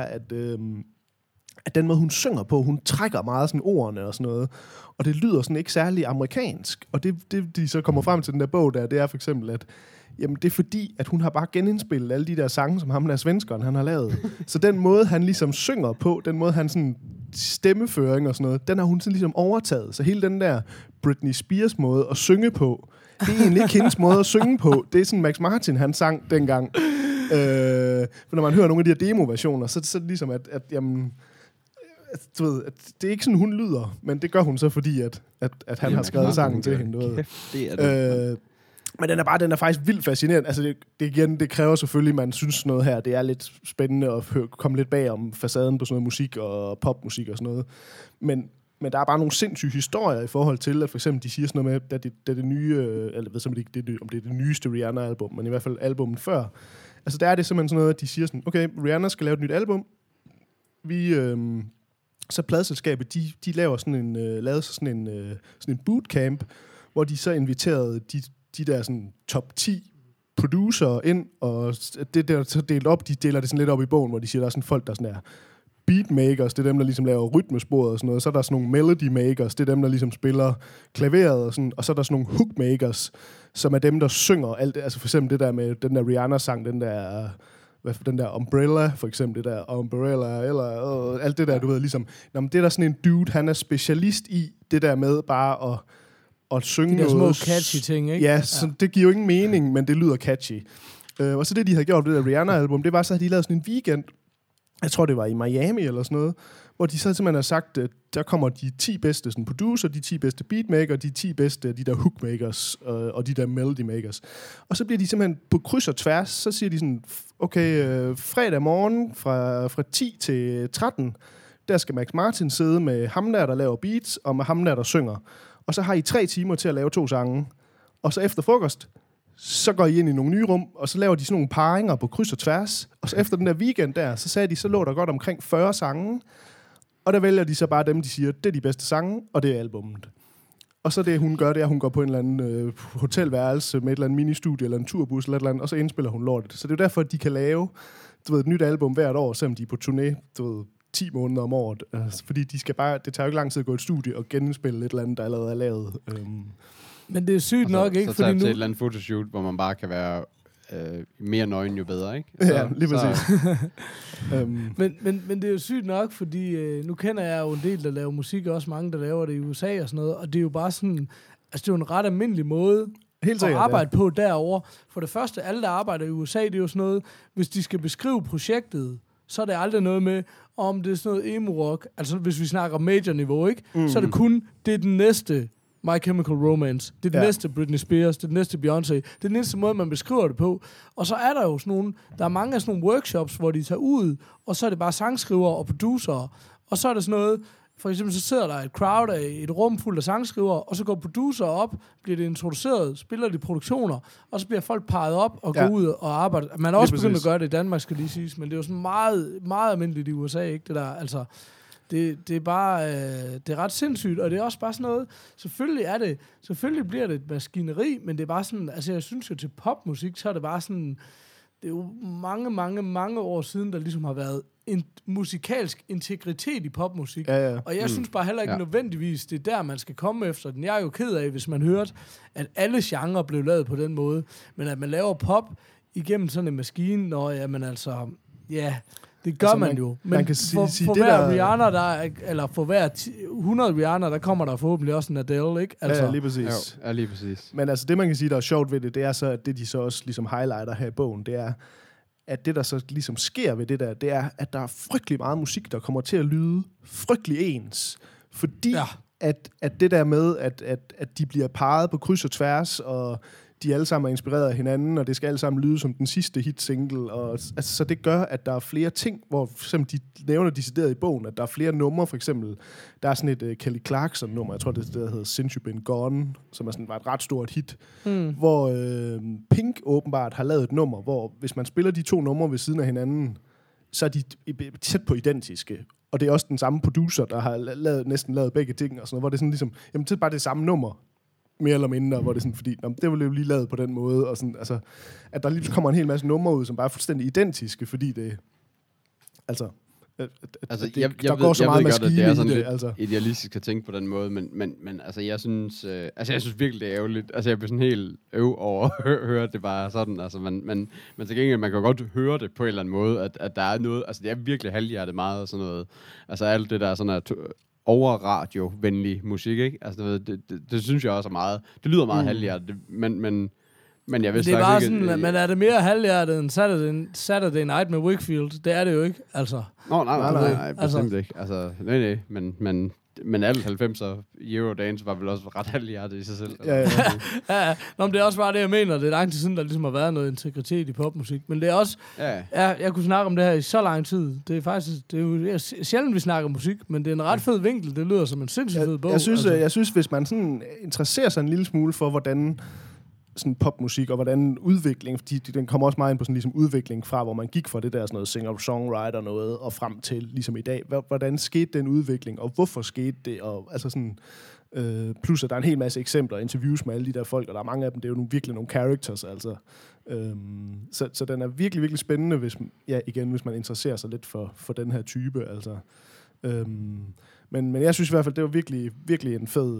at den måde, hun synger på, hun trækker meget sådan ordene og sådan noget, og det lyder sådan ikke særlig amerikansk. Og det de så kommer frem til den der bog der, det er for eksempel, at jamen, det er fordi, at hun har bare genindspillet alle de der sange, som ham der svenskeren, han har lavet. Så den måde, han ligesom synger på, den måde, han sådan stemmeføring og sådan noget, den har hun sådan ligesom overtaget. Så hele den der Britney Spears måde at synge på, det er egentlig ikke hendes måde at synge på. Det er sådan Max Martin, han sang dengang. For når man hører nogle af de her demo-versioner, så er det ligesom, at jamen, du ved, at det er ikke sådan, hun lyder, men det gør hun så, fordi at han har skrevet sangen til hende. Men den er faktisk vildt fascinerende. Altså det kræver selvfølgelig, at man synes noget her, det er lidt spændende at komme lidt bag om facaden på sådan noget musik og popmusik og sådan noget. Men der er bare nogle sindssyge historier i forhold til, at for eksempel de siger sådan noget med, da det nye, eller jeg ved simpelthen ikke, om det er det nyeste Rihanna-album, men i hvert fald albumet før. Altså der er det simpelthen sådan noget, at de siger sådan, okay, Rihanna skal lave et nyt album. Så pladeselskabet, de laver sådan en bootcamp, hvor de så inviterede de der sådan top 10 producer ind, og det der så delt op, de deler det sådan lidt op i bogen, hvor de siger, der er sådan folk, der sådan er beatmakers, det er dem, der ligesom laver rytmesporet og sådan noget, så er der sådan nogle melody makers, det er dem, der ligesom spiller klaveret og sådan, og så er der sådan nogle hookmakers, som er dem, der synger alt det, altså for eksempel det der med den der Rihanna-sang, den der Umbrella, for eksempel det der Umbrella, eller alt det der, du ved, ligesom, det er der sådan en dude, han er specialist i det der med bare at synge de der små catchy ting, ikke? Ja, så det giver jo ingen mening, men det lyder catchy. Og så det, de havde gjort det der Rihanna-album, det var så, at de lavede sådan en weekend, jeg tror, det var i Miami eller sådan noget, hvor de så simpelthen har sagt, at der kommer de 10 bedste sådan, producer, de 10 bedste beatmaker, de 10 bedste, de der hookmakers og de der melody makers. Og så bliver de simpelthen på kryds og tværs, så siger de sådan, okay, fredag morgen fra 10 til 13, der skal Max Martin sidde med ham der laver beats, og med ham der synger. Og så har I 3 timer til at lave 2 sange. Og så efter frokost, så går I ind i nogle nye rum, og så laver de sådan nogle paringer på kryds og tværs. Og så efter den der weekend der, så sagde de, så lå der godt omkring 40 sange. Og der vælger de så bare dem, de siger, det er de bedste sange, og det er albummet. Og så det, hun gør, det er, at hun går på en eller anden hotelværelse med et eller andet ministudie, eller en turbus, eller et eller andet, og så indspiller hun lortet. Så det er jo derfor, at de kan lave et nyt album hvert år, selvom de er på turné, 10 måneder om året. Fordi de skal bare, det tager jo ikke lang tid at gå i et studie og genindspille et eller andet, der allerede er lavet. Men det er sygt nok, ikke? Så tager til et eller andet fotoshoot, hvor man bare kan være mere nøgen, jo bedre, ikke? Så, ja, lige præcis. Men det er jo sygt nok, fordi nu kender jeg jo en del, der laver musik, og også mange, der laver det i USA og sådan noget, og det er jo bare sådan, altså det er jo en ret almindelig måde at arbejde på derovre. For det første, alle, der arbejder i USA, det er jo sådan noget, hvis de skal beskrive projektet, så er det aldrig noget med, om det er sådan noget emo-rock, altså hvis vi snakker major-niveau, ikke? Så er det kun, det er den næste My Chemical Romance, det er den næste Britney Spears, det er den næste Beyoncé, det er den næste måde, man beskriver det på. Og så er der jo sådan nogle, der er mange af sådan nogle workshops, hvor de tager ud, og så er det bare sangskrivere og producer, og så er det sådan noget, for eksempel så sidder der et crowd af et rum fuldt af sangskrivere, og så går producer op, bliver det introduceret, spiller de produktioner, og så bliver folk parret op og går ud og arbejder. Man er også begyndt at gøre det i Danmark, skal lige siges, men det er jo sådan meget, meget almindeligt i USA, ikke det der, altså. Det er bare, det er ret sindssygt, og det er også bare sådan noget, selvfølgelig bliver det et maskineri, men det er bare sådan, altså jeg synes jo til popmusik, så er det bare sådan, det er jo mange år siden, der ligesom har været en musikalsk integritet i popmusik. Ja. Og jeg synes bare heller ikke nødvendigvis, det er der, man skal komme efter den. Jeg er jo ked af, hvis man hørte, at alle genrer blev lavet på den måde, men at man laver pop igennem sådan en maskine, og jamen altså, ja, det gør altså, man jo. Men man kan sige for det hver der... Rihanna, eller for hver 100 Rihanna, der kommer der forhåbentlig også en Adele, ikke? Altså. Ja, lige præcis. Ja, lige præcis. Men altså, det man kan sige, der er sjovt ved det, det er så, at det de så også ligesom highlighter her i bogen, det er, at det der så ligesom sker ved det der, det er, at der er frygtelig meget musik, der kommer til at lyde frygtelig ens. Fordi at det der med, at de bliver parret på kryds og tværs, og de alle sammen er inspireret af hinanden, og det skal alle sammen lyde som den sidste hit-single. Og, altså, så det gør, at der er flere ting, hvor for eksempel de nævner decideret i bogen, at der er flere numre, for eksempel. Der er sådan et Kelly Clarkson-nummer, jeg tror, det der hedder Since You've Been Gone, som er sådan, var et ret stort hit, hvor Pink åbenbart har lavet et nummer, hvor hvis man spiller de to numre ved siden af hinanden, så er de tæt på identiske. Og det er også den samme producer, der har næsten lavet begge ting, og sådan noget, hvor det er sådan ligesom, jamen det er bare det samme nummer, mere eller mindre, hvor det er sådan, fordi det var jo lige lavet på den måde, og sådan, altså, at der lige kommer en hel masse numre ud, som bare er fuldstændig identiske, fordi det, altså der går så meget maskine i det. Det er sådan lidt idealistisk at tænke på den måde, men altså, jeg synes virkelig, det er ærgerligt. Altså, jeg bliver sådan helt over at høre det bare sådan, altså, men til gengæld, man kan godt høre det på en eller anden måde, at der er noget, altså, det er virkelig halvhjertet meget og sådan noget. Altså, alt det der sådan at overradiovenlig musik, ikke? Altså, det synes jeg også er meget. Det lyder meget halvhjertet, men jeg vil det er bare sådan, men er det mere halvhjertet end Saturday Night med Wakefield? Det er det jo ikke, altså. Nej, bestemt ikke. Altså, nej, men alle 90'er Eurodance var vel også ret halvhjertet i sig selv. Ja. Nå, men det er også bare det, jeg mener. Det er lang tid siden, der ligesom har været noget integritet i popmusik. Men det er også... Ja, jeg kunne snakke om det her i så lang tid. Det er jo sjældent, vi snakker musik, men det er en ret fed vinkel. Det lyder som en sindssygt fed bog. Jeg synes, hvis man sådan interesserer sig en lille smule for, hvordan sådan popmusik, og hvordan udvikling, fordi den kommer også meget ind på sådan ligesom udvikling fra, hvor man gik fra det der sådan noget singer-songwriter noget, og frem til ligesom i dag. Hvordan skete den udvikling, og hvorfor skete det, og altså sådan, plus at der er en hel masse eksempler og interviews med alle de der folk, og der er mange af dem, det er jo virkelig nogle characters, altså. Så den er virkelig, virkelig spændende, hvis man interesserer sig lidt for den her type, altså. Men jeg synes i hvert fald, det var virkelig, virkelig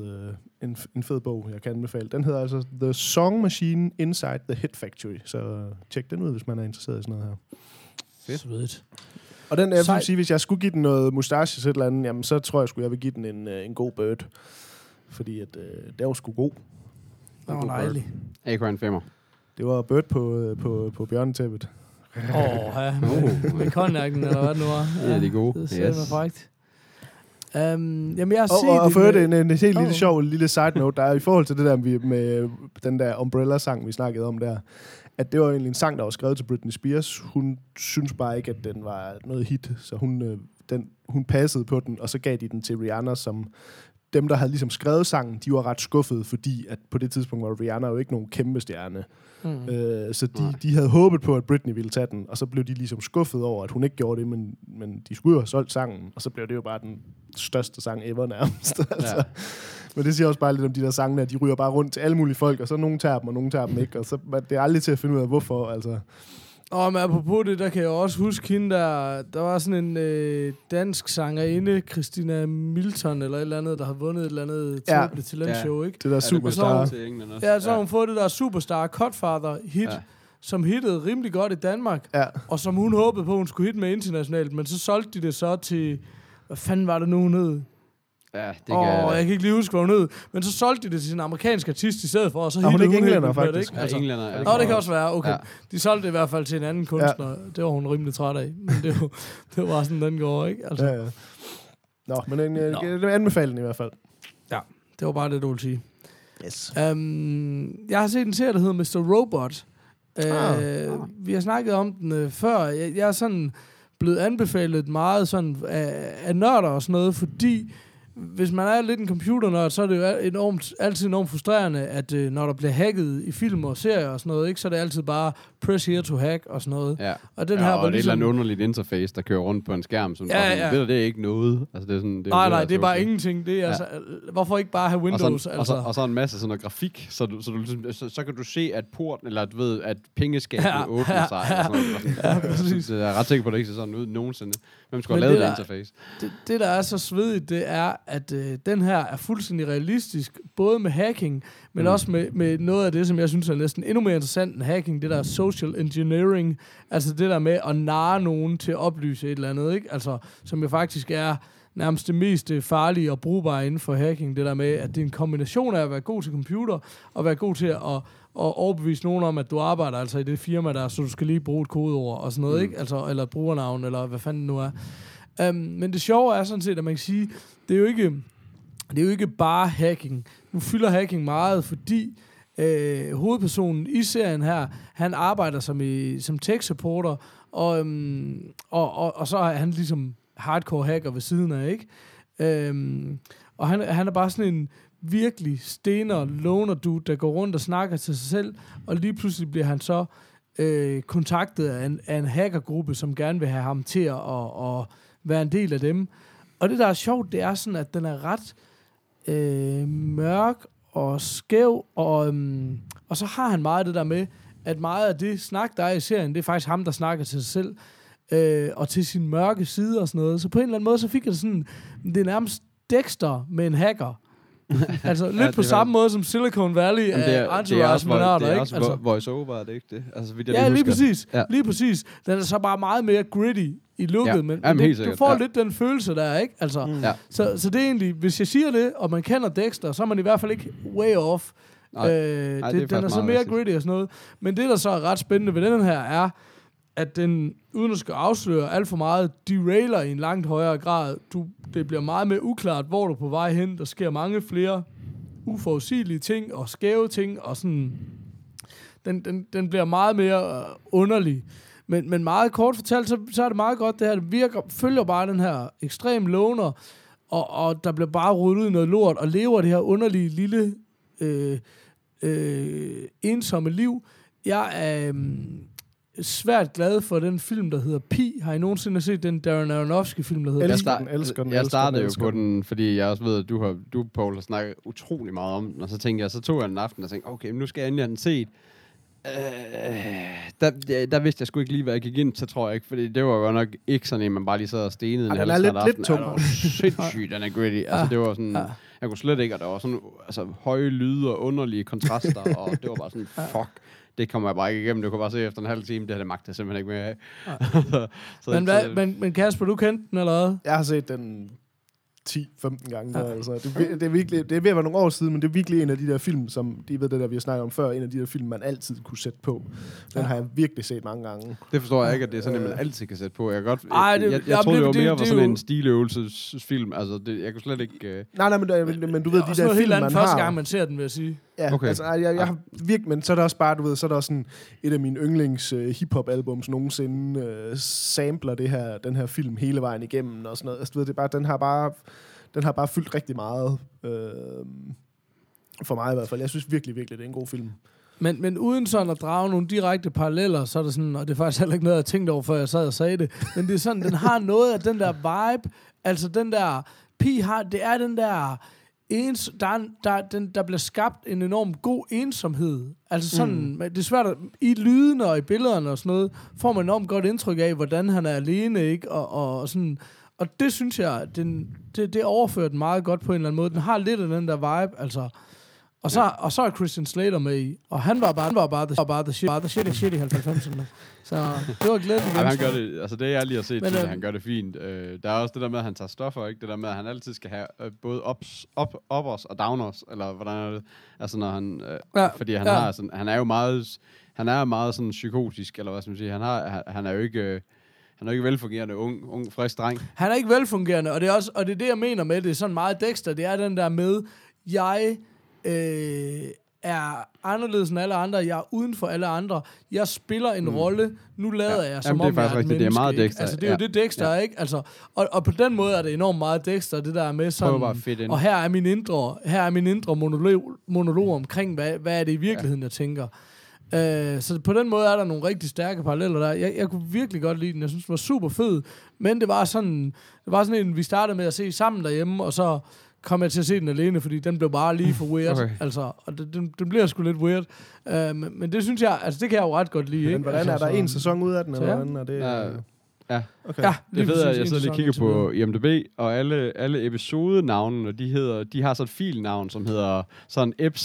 en fed bog, jeg kan anbefale. Den hedder altså The Song Machine Inside the Hit Factory. Så tjek den ud, hvis man er interesseret i sådan noget her. Fedt. Og den, jeg vil sige, hvis jeg skulle give den noget mustache til et eller andet, jamen, så tror jeg vil give den en god Bird. Fordi at, det var sgu god. Det var dejlig. Acorn 5'er. Det var Bird på bjørnetæppet. Med konjakken, eller hvad det nu var. Ja, det er gode. Det er perfekt. Jamen, jeg har set og for en helt lille sjov lille side note, der er i forhold til det der med den der Umbrella-sang, vi snakkede om der, at det var egentlig en sang, der var skrevet til Britney Spears. Hun synes bare ikke, at den var noget hit, så hun passede på den, og så gav de den til Rihanna, som dem, der havde ligesom skrevet sangen, de var ret skuffede, fordi at på det tidspunkt var Rihanna jo ikke nogen kæmpe stjerne. Så de havde håbet på, at Britney ville tage den, og så blev de ligesom skuffet over, at hun ikke gjorde det, men de skulle jo have solgt sangen, og så blev det jo bare den største sang ever nærmest. Altså. Men det siger også bare lidt om de der sange der, de ryger bare rundt til alle mulige folk, og så nogen tager dem, og nogen tager dem ikke, og så det er aldrig til at finde ud af, hvorfor, altså. Men apropos det, der kan jeg også huske hende, der var sådan en dansk sangerinde, Christina Milton, eller et eller andet, der har vundet et eller andet talentshow, ikke? Det der Superstar. Så har hun fået det der Superstar Godfather-hit, som hittede rimelig godt i Danmark, og som hun håbede på, hun skulle hitte med internationalt, men så solgte de det så til, hvad fanden var det nu, hun hed? Ja, det kan jeg kan ikke lige huske, hvad hun hed. Men så solgte de det til en amerikansk artist i stedet for, og så hittede hun ikke englænder, faktisk. Altså, englænder, det kan også være, okay. Ja. De solgte det i hvert fald til en anden kunstner. Ja. Det var hun rimelig træt af. Men det var sådan, den går, ikke? Altså. Ja. Nå, men det er anbefalende i hvert fald. Ja, det var bare det, du ville sige. Yes. Jeg har set en serie, der hedder Mr. Robot. Vi har snakket om den før. Jeg er sådan blevet anbefalet meget sådan af nørder og sådan noget, fordi hvis man er lidt en computernørd, så er det jo altid enormt frustrerende, at når der bliver hacket i film og serier og sådan noget, ikke, så er det altid bare press here to hack og sådan noget. Ja. Og den her var det er ligesom et eller andet underligt interface, der kører rundt på en skærm, som det er ikke noget. Altså, det er sådan, nej, det er bare ingenting. Det er altså, hvorfor ikke bare have Windows? Og så en masse sådan noget grafik, så kan du se, at porten, eller du ved, at pengeskabet åbner sig. Ja, præcis. Jeg er ret sikker på, at det ikke ser sådan ud nogensinde. Hvem skulle have lavet det interface? Det, der er så svedigt, det er, at den her er fuldstændig realistisk, både med hacking, men også med noget af det, som jeg synes er næsten endnu mere interessant end hacking, det der social engineering, altså det der med at narre nogen til at oplyse et eller andet, ikke? Altså, som jo faktisk er nærmest det mest farlige og brugbare inden for hacking, det der med, at det er en kombination af at være god til computer, og være god til at overbevise nogen om, at du arbejder altså i det firma der, så du skal lige bruge et kodeord og sådan noget, ikke? Altså, eller et brugernavn, eller hvad fanden nu er. Men det sjove er sådan set, at man kan sige, det er jo ikke bare hacking. Nu fylder hacking meget, fordi hovedpersonen i serien her, han arbejder som tech-supporter, og så er han ligesom hardcore hacker ved siden af, ikke? Og han er bare sådan en virkelig stener, loner dude, der går rundt og snakker til sig selv, og lige pludselig bliver han så kontaktet af en hackergruppe, som gerne vil have ham til at være en del af dem. Og det, der er sjovt, det er sådan, at den er ret mørk og skæv, og så har han meget det der med, at meget af det snak, der er i serien, det er faktisk ham, der snakker til sig selv, og til sin mørke side og sådan noget. Så på en eller anden måde, så fik jeg det sådan, det er nærmest Dexter med en hacker. Altså lidt på samme måde som Silicon Valley af Entourage-manarter, ikke? Det er også voice-over, er det ikke det? Altså, lige præcis. Ja. Lige præcis. Den er så bare meget mere gritty i looket, men du får lidt den følelse der, ikke? Altså, så det er egentlig, hvis jeg siger det, og man kender Dexter, så er man i hvert fald ikke way off. Den er så mere gritty og sådan noget. Men det, der så er ret spændende ved den her, er, at den, uden at skal afsløre alt for meget, derailer i en langt højere grad. Det bliver meget mere uklart, hvor du er på vej hen. Der sker mange flere uforudsigelige ting og skæve ting, og sådan. Den bliver meget mere underlig. Men meget kort fortalt, så er det meget godt, det her. Det følger bare den her ekstrem loner, og der bliver bare rullet ud noget lort, og lever det her underlige lille ensomme liv. Jeg er svært glad for den film, der hedder Pi. Har I nogensinde set den Darren Aronofsky-film, der hedder Jeg startede jo på den, fordi jeg også ved, at du Paul, har snakket utrolig meget om den, og så tænkte jeg, så tog jeg en aften og tænkte, okay, nu skal jeg endelig have den set. Der vidste jeg sgu ikke lige, hvad jeg gik ind, så tror jeg ikke, fordi det var jo nok ikke sådan en, man bare lige sad og stenede en halv lidt tung. Det var sindssygt, den er gritty. Altså, det var sådan, jeg kunne slet ikke, og der var sådan høje lyde og underlige kontraster, og det var bare sådan, fuck. Det kommer jeg bare ikke igennem. Du kan bare se efter en halv time, det her magter jeg simpelthen ikke mere af. Men Kasper, du kendte den, eller hvad? Jeg har set den 10-15 gange. Ja. Altså. Det er virkelig, det er ved at være nogle år siden, men det er virkelig en af de der film, som de ved det der, vi har snakket om før, en af de der film, man altid kunne sætte på. Den har jeg virkelig set mange gange. Det forstår jeg ikke, at det er sådan, at man altid kan sætte på. Jeg troede, det var mere var sådan en stiløvelsesfilm. Altså, jeg kunne slet ikke... Nej, men du ved, de der film, man har... første gang, man ser den, vil jeg sige. Ja, okay. Altså, jeg har virkelig... Men så er det også bare, du ved, så er der også sådan et af mine yndlings hiphop-albums nogensinde sampler den her film hele vejen igennem og sådan noget. Altså, du ved, det er bare, den har bare fyldt rigtig meget for mig i hvert fald. Jeg synes virkelig, virkelig, det er en god film. Men uden sådan at drage nogle direkte paralleller, så er det sådan, og det er faktisk heller ikke noget, jeg tænkte over, før jeg sad og sagde det, men det er sådan, den har noget af den der vibe, altså den der, Pi har, det er den der, der bliver skabt en enorm god ensomhed. Altså sådan, det er svært, i lydene og i billederne og sådan noget, får man enormt godt indtryk af, hvordan han er alene, ikke? Og sådan, og det synes jeg, det overfører den meget godt på en eller anden måde. Den har lidt af den der vibe, altså. Og så er Christian Slater med i, og han var bare the shit i 90'erne. Så det var glædeligt. Han gør det, altså det jeg lige har set, han gør det fint. Der er også det der med, at han tager stoffer, ikke? Det der med, at han altid skal have både uppers og downers, eller hvordan er det? Altså når han, fordi han har sådan, han er meget sådan psykotisk, eller hvad skal man sige. Han er jo ikke... Han er ikke velfungerende, ung, frisk dreng. Han er ikke velfungerende, og det er det, jeg mener med det. Det er sådan meget Dexter. Det er den der med, jeg er anderledes end alle andre. Jeg er uden for alle andre. Jeg spiller en rolle. Nu lader jeg, som om jeg er et menneske. Det er meget Dexter. Altså, det er jo det, Dexter er, ikke? Altså, og på den måde er det enormt meget Dexter, det der med sådan... Og her er min indre monolog omkring, hvad er det i virkeligheden, jeg tænker. Så på den måde er der nogle rigtig stærke paralleller der. Jeg kunne virkelig godt lide den. Jeg synes, den var super fed. Men det var sådan en, vi startede med at se sammen derhjemme, og så kom jeg til at se den alene, fordi den blev bare lige for weird. Okay. Altså, og den bliver sgu lidt weird. Men det synes jeg, altså det kan jeg jo ret godt lide. Men hvordan er der en sæson ud af den, eller hvordan er det? Ja. Okay. Ja, det ved jeg sidder lige og kigger på IMDb, og alle episodenavnene, de har så et filnavn, som hedder sådan eps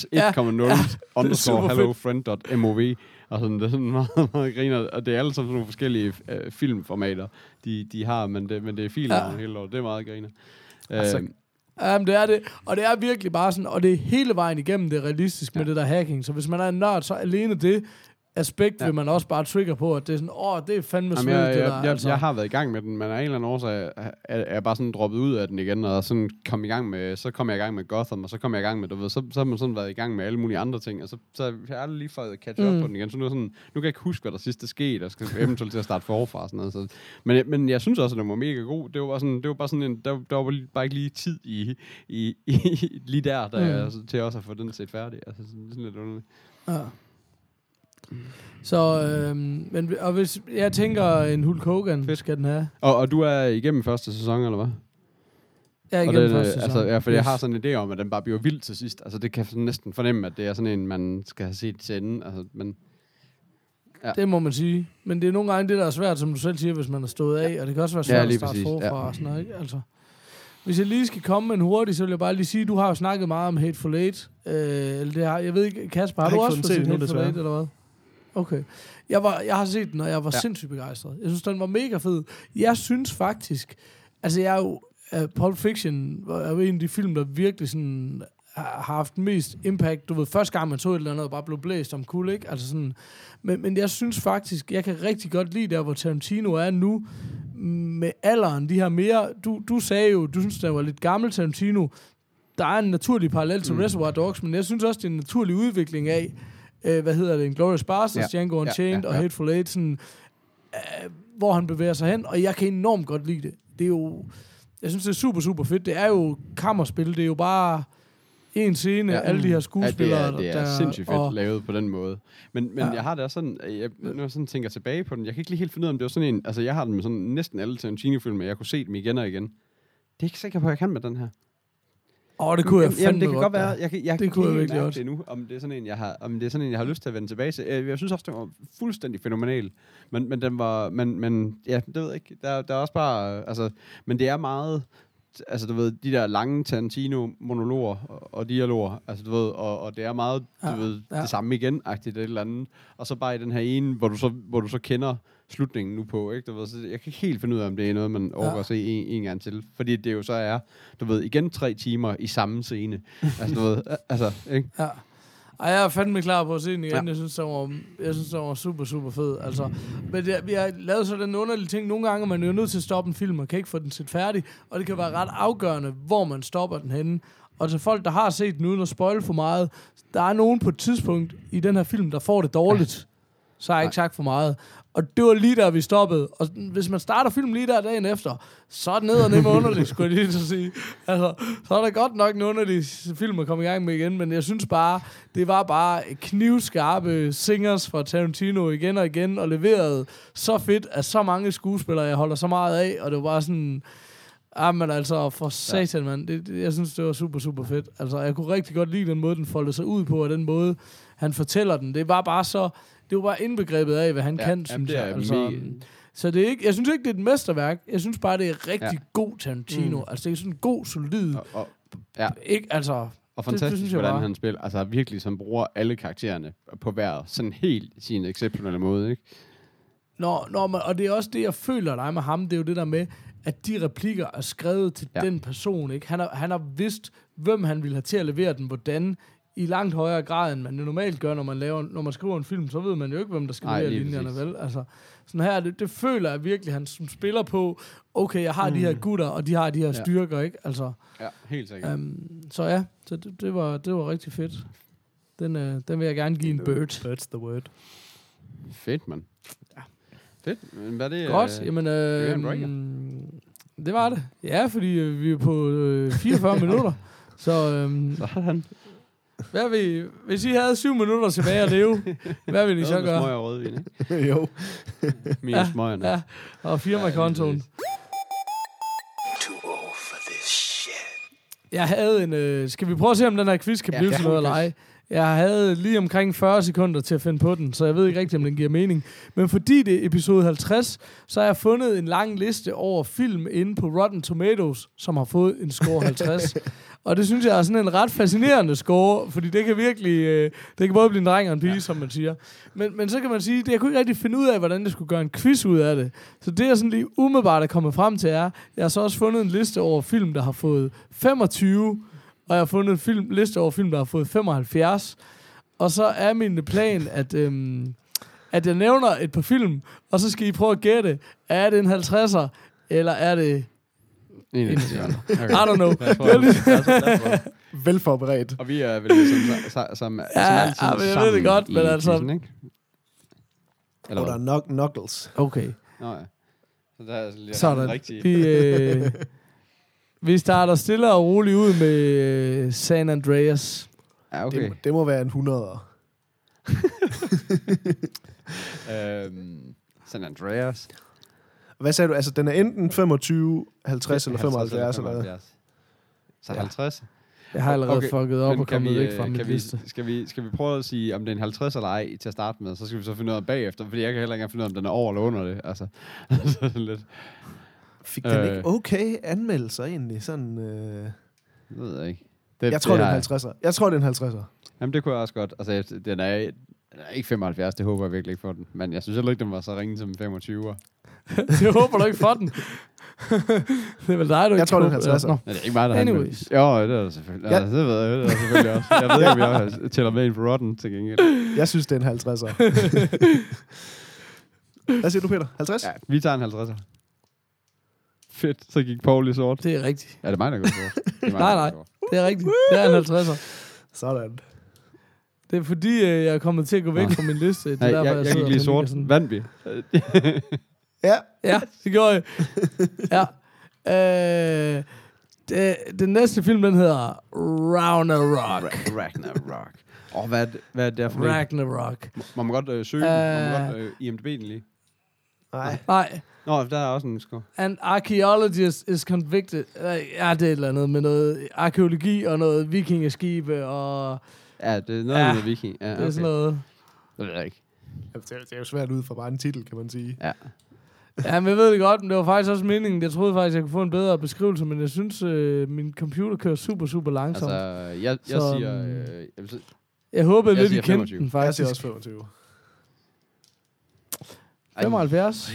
1.0 hellofriend.mov, og sådan, det er sådan meget, meget griner, og det er alle sådan nogle forskellige filmformater, de har, men det er filnavn hele året, det er meget griner. Jamen, det er det, og det er virkelig bare sådan, og det er hele vejen igennem det realistisk med det der hacking, så hvis man er en nørd, så alene det aspekt vil man også bare trigger på, at det er sådan, det er fandme svært. Jeg har været i gang med den, men af en eller anden årsag er jeg bare sådan droppet ud af den igen, og sådan kom jeg i gang med Gotham, og så kom jeg i gang med, du ved, så har man sådan været i gang med alle mulige andre ting, og så jeg har aldrig lige fået catch up på den igen, så nu kan jeg ikke huske, hvad der sidste skete, og skal eventuelt til at starte forfra og sådan noget. Så. Men jeg synes også, at den var mega god. Det var bare sådan en, der var bare ikke lige tid i lige der til også at få den set færdig. Altså sådan lidt underligt. Ja. Så, og hvis jeg tænker en Hulk Hogan, skal den have. Og du er igennem første sæson, eller hvad? Ja, igennem første sæson. Altså, ja, for jeg har sådan en idé om, at den bare bliver vild til sidst. Altså, det kan jeg næsten fornemme, at det er sådan en, man skal have set til enden. Altså, men, ja. Det må man sige. Men det er nogle gange det, der er svært, som du selv siger, hvis man er stået af. Og det kan også være svært at starte forfra og sådan noget, ikke? Altså. Hvis jeg lige skal komme med en hurtig, så vil jeg bare lige sige, du har jo snakket meget om Hateful Eight. Jeg ved ikke, Kasper, har du også set Hateful Eight, eller hvad? Okay. Jeg har set den, og jeg var sindssygt begejstret. Jeg synes, den var mega fed. Jeg synes faktisk, altså jeg er jo, Pulp Fiction er jo en af de film, der virkelig sådan har haft mest impact. Du ved, første gang man så et eller andet, og bare blev blæst om kul, ikke? Altså sådan, men jeg synes faktisk, jeg kan rigtig godt lide der, hvor Tarantino er nu, med alderen, de her mere, du sagde jo, du synes, der var lidt gammel Tarantino. Der er en naturlig parallel til Reservoir Dogs, men jeg synes også, det er en naturlig udvikling af, Inglourious Basterds, Django Unchained og Hateful Eight, sådan, hvor han bevæger sig hen, og jeg kan enormt godt lide det. Det er jo, jeg synes, det er super, super fedt. Det er jo kammerspil, det er jo bare en scene, alle de her skuespillere. Det er sindssygt fedt lavet på den måde. Men jeg har det også sådan, når jeg sådan tænker tilbage på den, jeg kan ikke lige helt finde ud af, om det var sådan en, altså jeg har den med sådan næsten alle Tarantino-film, men jeg kunne se dem igen og igen. Det er ikke sikkert på, at jeg kan med den her. Det kunne jeg fandme det kan godt være. Jeg det kunne jeg virkelig godt. Det nu, om det er sådan en, jeg har lyst til at vende tilbage til. Jeg synes også, det var fuldstændig fænomenal. Men den var, ja, det ved jeg ikke. Der er også bare, altså, men det er meget, altså du ved, de der lange Tarantino-monologer og dialoger, altså du ved, og det er meget, du ved, det samme igen-agtigt, et eller andet. Og så bare i den her ene, hvor du så kender slutningen nu på, ikke? Du ved, så jeg kan ikke helt finde ud af, om det er noget, man overgår at se en gang til. Fordi det jo så er, du ved, igen 3 timer i samme scene. Altså, du ved, altså, ikke? Ja. Ej, jeg er fandme klar på at se den igen. Ja. Jeg synes, det var super, super fed. Altså, men vi har lavet sådan en underlig ting. Nogle gange er man jo nødt til at stoppe en film, og kan ikke få den set færdig. Og det kan være ret afgørende, hvor man stopper den henne. Og til folk, der har set den uden at spoile for meget, der er nogen på et tidspunkt i den her film, der får det dårligt. Så har jeg ikke sagt for meget. Og det var lige der, vi stoppede. Og hvis man starter filmen lige der dagen efter, så er det ned og nemme underligt, skulle jeg lige så sige. Altså, så er der godt nok en underlig film at komme i gang med igen, men jeg synes bare, det var bare knivskarpe singers fra Tarantino igen og igen, og leverede så fedt af så mange skuespillere, jeg holder så meget af, og det var bare sådan... men altså, for satan, mand. Jeg synes, det var super, super fedt. Altså, jeg kunne rigtig godt lide den måde, den foldede sig ud på, og den måde, han fortæller den. Det var bare så... Det var bare indbegrebet af, hvad han kan, synes jeg. Altså, så det er ikke... Jeg synes ikke, det er et mesterværk. Jeg synes bare, det er rigtig god Tarantino. Altså, det er sådan en god, solid... Ikke, altså... Og fantastisk, det hvordan han spiller. Altså, virkelig, som bruger alle karaktererne på hver sådan helt sin exceptionelle måde, ikke? Og det er også det, jeg føler dig med ham. Det er jo det der med, at de replikker er skrevet til den person, ikke? Han har vidst, hvem han ville have til at levere den, hvordan, i langt højere grad, end man normalt gør, når man skriver en film, så ved man jo ikke, hvem der skal levere linjerne, vel? Altså, sådan her, det føler jeg virkelig, han som spiller på, okay, jeg har de her gutter, og de har de her styrker, ikke? Altså, ja, helt sikkert. så ja, så det var rigtig fedt. Den vil jeg gerne give en bird. Bird's the word. Fedt, mand. Ja. Fedt. Men hvad er det? Godt. Jamen, det var det. Ja, fordi vi er på 44 minutter. Så Sådan. hvis I havde 7 minutter tilbage at leve, hvad ville I så gøre? Smøg og rødvin, ikke? Jo. Minus smøgerne. Ja, og firmakontoen. Jeg havde en... skal vi prøve at se, om den her quiz kan blive til noget eller ej? Jeg havde lige omkring 40 sekunder til at finde på den, så jeg ved ikke rigtig, om den giver mening. Men fordi det er episode 50, så har jeg fundet en lang liste over film inde på Rotten Tomatoes, som har fået en score 50. Og det synes jeg er sådan en ret fascinerende score, fordi det kan virkelig... det kan både blive en dreng og en pige, som man siger. Men så kan man sige, at jeg kunne ikke rigtig finde ud af, hvordan det skulle gøre en quiz ud af det. Så det, jeg sådan lige umiddelbart er kommet frem til, er, jeg har så også fundet en liste over film, der har fået 25, og jeg har fundet en liste over film, der har fået 75. Og så er min plan, at jeg nævner et par film, og så skal I prøve at gætte, er det en 50'er, eller er det... I don't know. Velforberedt. Og vi er vel som altid men jeg ved det godt, men altså... Quizzen, ikke? Eller der er Knuckles. Okay. Nå ja. Så der er sådan. Rigtigt. Vi starter stille og roligt ud med San Andreas. Ja, okay. Det må være en 100'er. San Andreas. Hvad sagde du? Altså, den er enten 25, 50 eller 75 eller hvad? Så 50? Jeg har allerede fucket op og kommet væk fra min liste. Skal vi prøve at sige, om det er en 50 eller ej til at starte med? Så skal vi så finde ud af bagefter, fordi jeg kan heller ikke finde ud af, om den er over eller under det. Altså, lidt. Fik den ikke okay anmeldelser egentlig? Sådan, Det ved jeg ikke. Jeg tror, det er en 50'er. Jeg tror, det er en 50'er. Jamen, det kunne jeg også godt. Altså, den er ikke 75, det håber jeg virkelig ikke for den. Men jeg synes heller ikke, den var så ringe som en 25'er. Det håber du ikke for den. Det er vel dig, du jeg tror, det er en 50'er. Ja, det er ikke mig, der har Anyways. Jo, det er det selvfølgelig. Ja. Altså, det ved jeg selvfølgelig også. Jeg ved ikke, om jeg tæller med ind på Rotten til gengæld. Jeg synes, det er en 50'er. Hvad siger du, Peter? 50? Ja, vi tager en 50'er. Fedt, så gik Paul i sort. Det er rigtigt. Ja, det er mig, der går sort. Nej. Det er rigtigt. Det er en 50'er. Sådan. Det er fordi, jeg er kommet til at gå væk fra min liste. Det Nej, derfor, jeg gik lige sort. Vandby. Ja, det gjorde jeg. Ja. Den næste film, den hedder Ragnarok. Ragnarok. Hvad er det for en? Ragnarok. Må man godt søge? Må man godt IMDb'en lige? Nej. Nå, der er også en score. An archaeologist is convicted. Ja, det er et eller andet med noget arkeologi og noget vikingeskibe og... Ja, det er noget med viking. Ja, det er sådan noget... Det ved jeg ikke. Det er jo svært ud fra bare en titel, kan man sige. Ja. Ja, men jeg ved det godt, men det var faktisk også meningen. Jeg troede faktisk, jeg kunne få en bedre beskrivelse, men jeg synes, min computer kører super, super langsomt. Altså, jeg siger... jeg håbede lidt, I kendte den, faktisk. Jeg siger også 25. 75?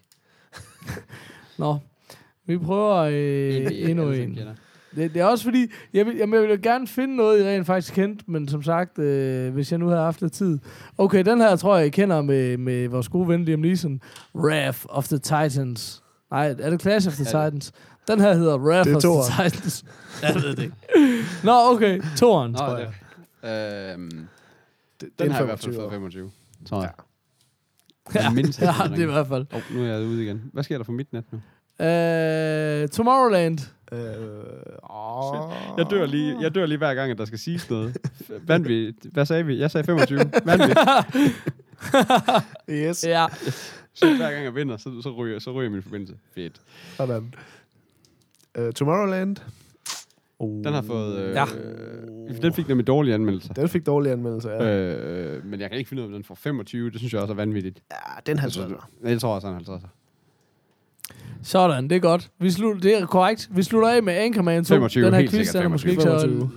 Nå, vi prøver endnu en. Det er også fordi, jeg vil jo gerne finde noget, I rent faktisk kendt, men som sagt, hvis jeg nu havde haft lidt tid. Okay, den her tror jeg, I kender med vores gode ven Liam Neeson. Wrath of the Titans. Nej, er det Clash of the Titans? Den her hedder Wrath of the Titans. Jeg ved det ikke. Nå, okay. Toren, tror jeg. Den har i hvert fald fået 25, tror jeg. Ja, det er i hvert fald. Nu er jeg ude igen. Hvad sker der for mit net nu? Tomorrowland. Jeg dør lige hver gang, at der skal siges noget. Vandvi, hvad sagde vi? Jeg sagde 25. Vandvi. Yes. Ja. Så hver gang jeg vinder, så ryger min forbindelse. Fedt. Sådan. Tomorrowland. Den har fået... Den fik nemlig dårlige anmeldelser. Den fik dårlige anmeldelser, ja. Men jeg kan ikke finde ud af, om den får 25. Det synes jeg også er vanvittigt. Ja, den 50'er. Jeg tror også, den 50'er. Sådan, det er godt. Det er korrekt. Vi slutter af med Anchorman 2. 25, den her helt quiz, sikkert. Den er måske ikke så...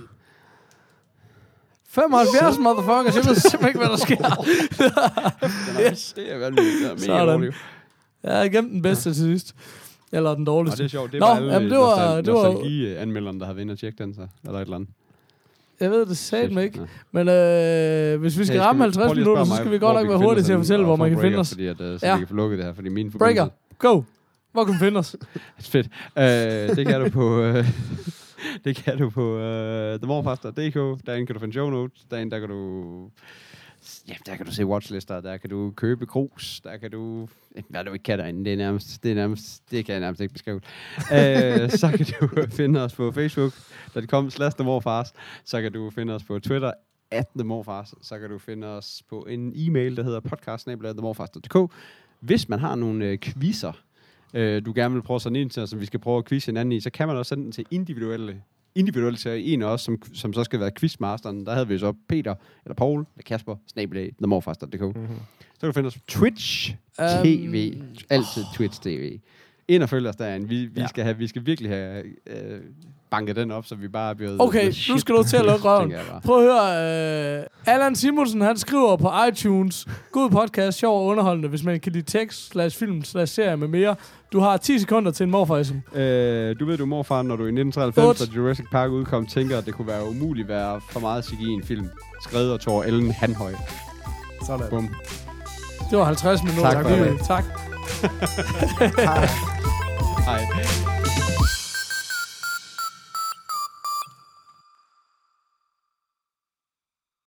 75, motherfuckers. Jeg ved simpelthen ikke, hvad der sker. Yes. Det er vanvittigt. Det er mega dårligt. Jeg har gemt den bedste til sidst. Eller den dårligste. Og det er sjovt. Det var alle nostalgi-anmelderne, der havde været inde og tjekke den så. Eller et eller andet. Jeg ved det sagt mig ikke. Men hvis vi skal ramme 50 minutter, så skal vi godt nok være hurtige til at fortælle, hvor man kan finde os. Fordi at, så vi kan få lukket det her, fordi min forbindelse... Breaker, go! Hvor kan du finde os? Fedt. Det kan du på... Det kan du på themorfars.dk. Derinde kan du finde show notes. Derinde, der kan du se watchlister. Der kan du købe krus. Der kan du... Hvad du ikke kan derinde. Det kan jeg nærmest ikke beskrive. Så kan du finde os på Facebook.com/themorfars. Så kan du finde os på Twitter @themorfars. Så kan du finde os på en e-mail, der hedder podcast@themorfars.dk. Hvis man har nogle quizzer, du gerne vil prøve at sende ind til os, som vi skal prøve at quizze hinanden i, så kan man også sende den til individuelt til en af os, som så skal være quizmasteren. Der havde vi så Peter, eller Paul, eller Kasper, @themorfars.dk. Så kan du finde os på Twitch TV. Altid Twitch TV. Ind og følge os derinde. Vi skal virkelig have banket den op, så vi bare er blevet... Okay, nu skal du til at lukke røven. Prøv at høre. Allan Simonsen, han skriver på iTunes. God podcast, sjov og underholdende, hvis man kan lide tekst, /film, /serie med mere. Du har 10 sekunder til en morfarism. Du ved, du morfar, når du i 1993, da Jurassic Park udkom, tænker, at det kunne være umuligt at være for meget CGI i en film. Skrevet af Thor Ellen Hanhøj. Sådan. Bum. Det var 50 minutter. Tak for det. Tak. Hej.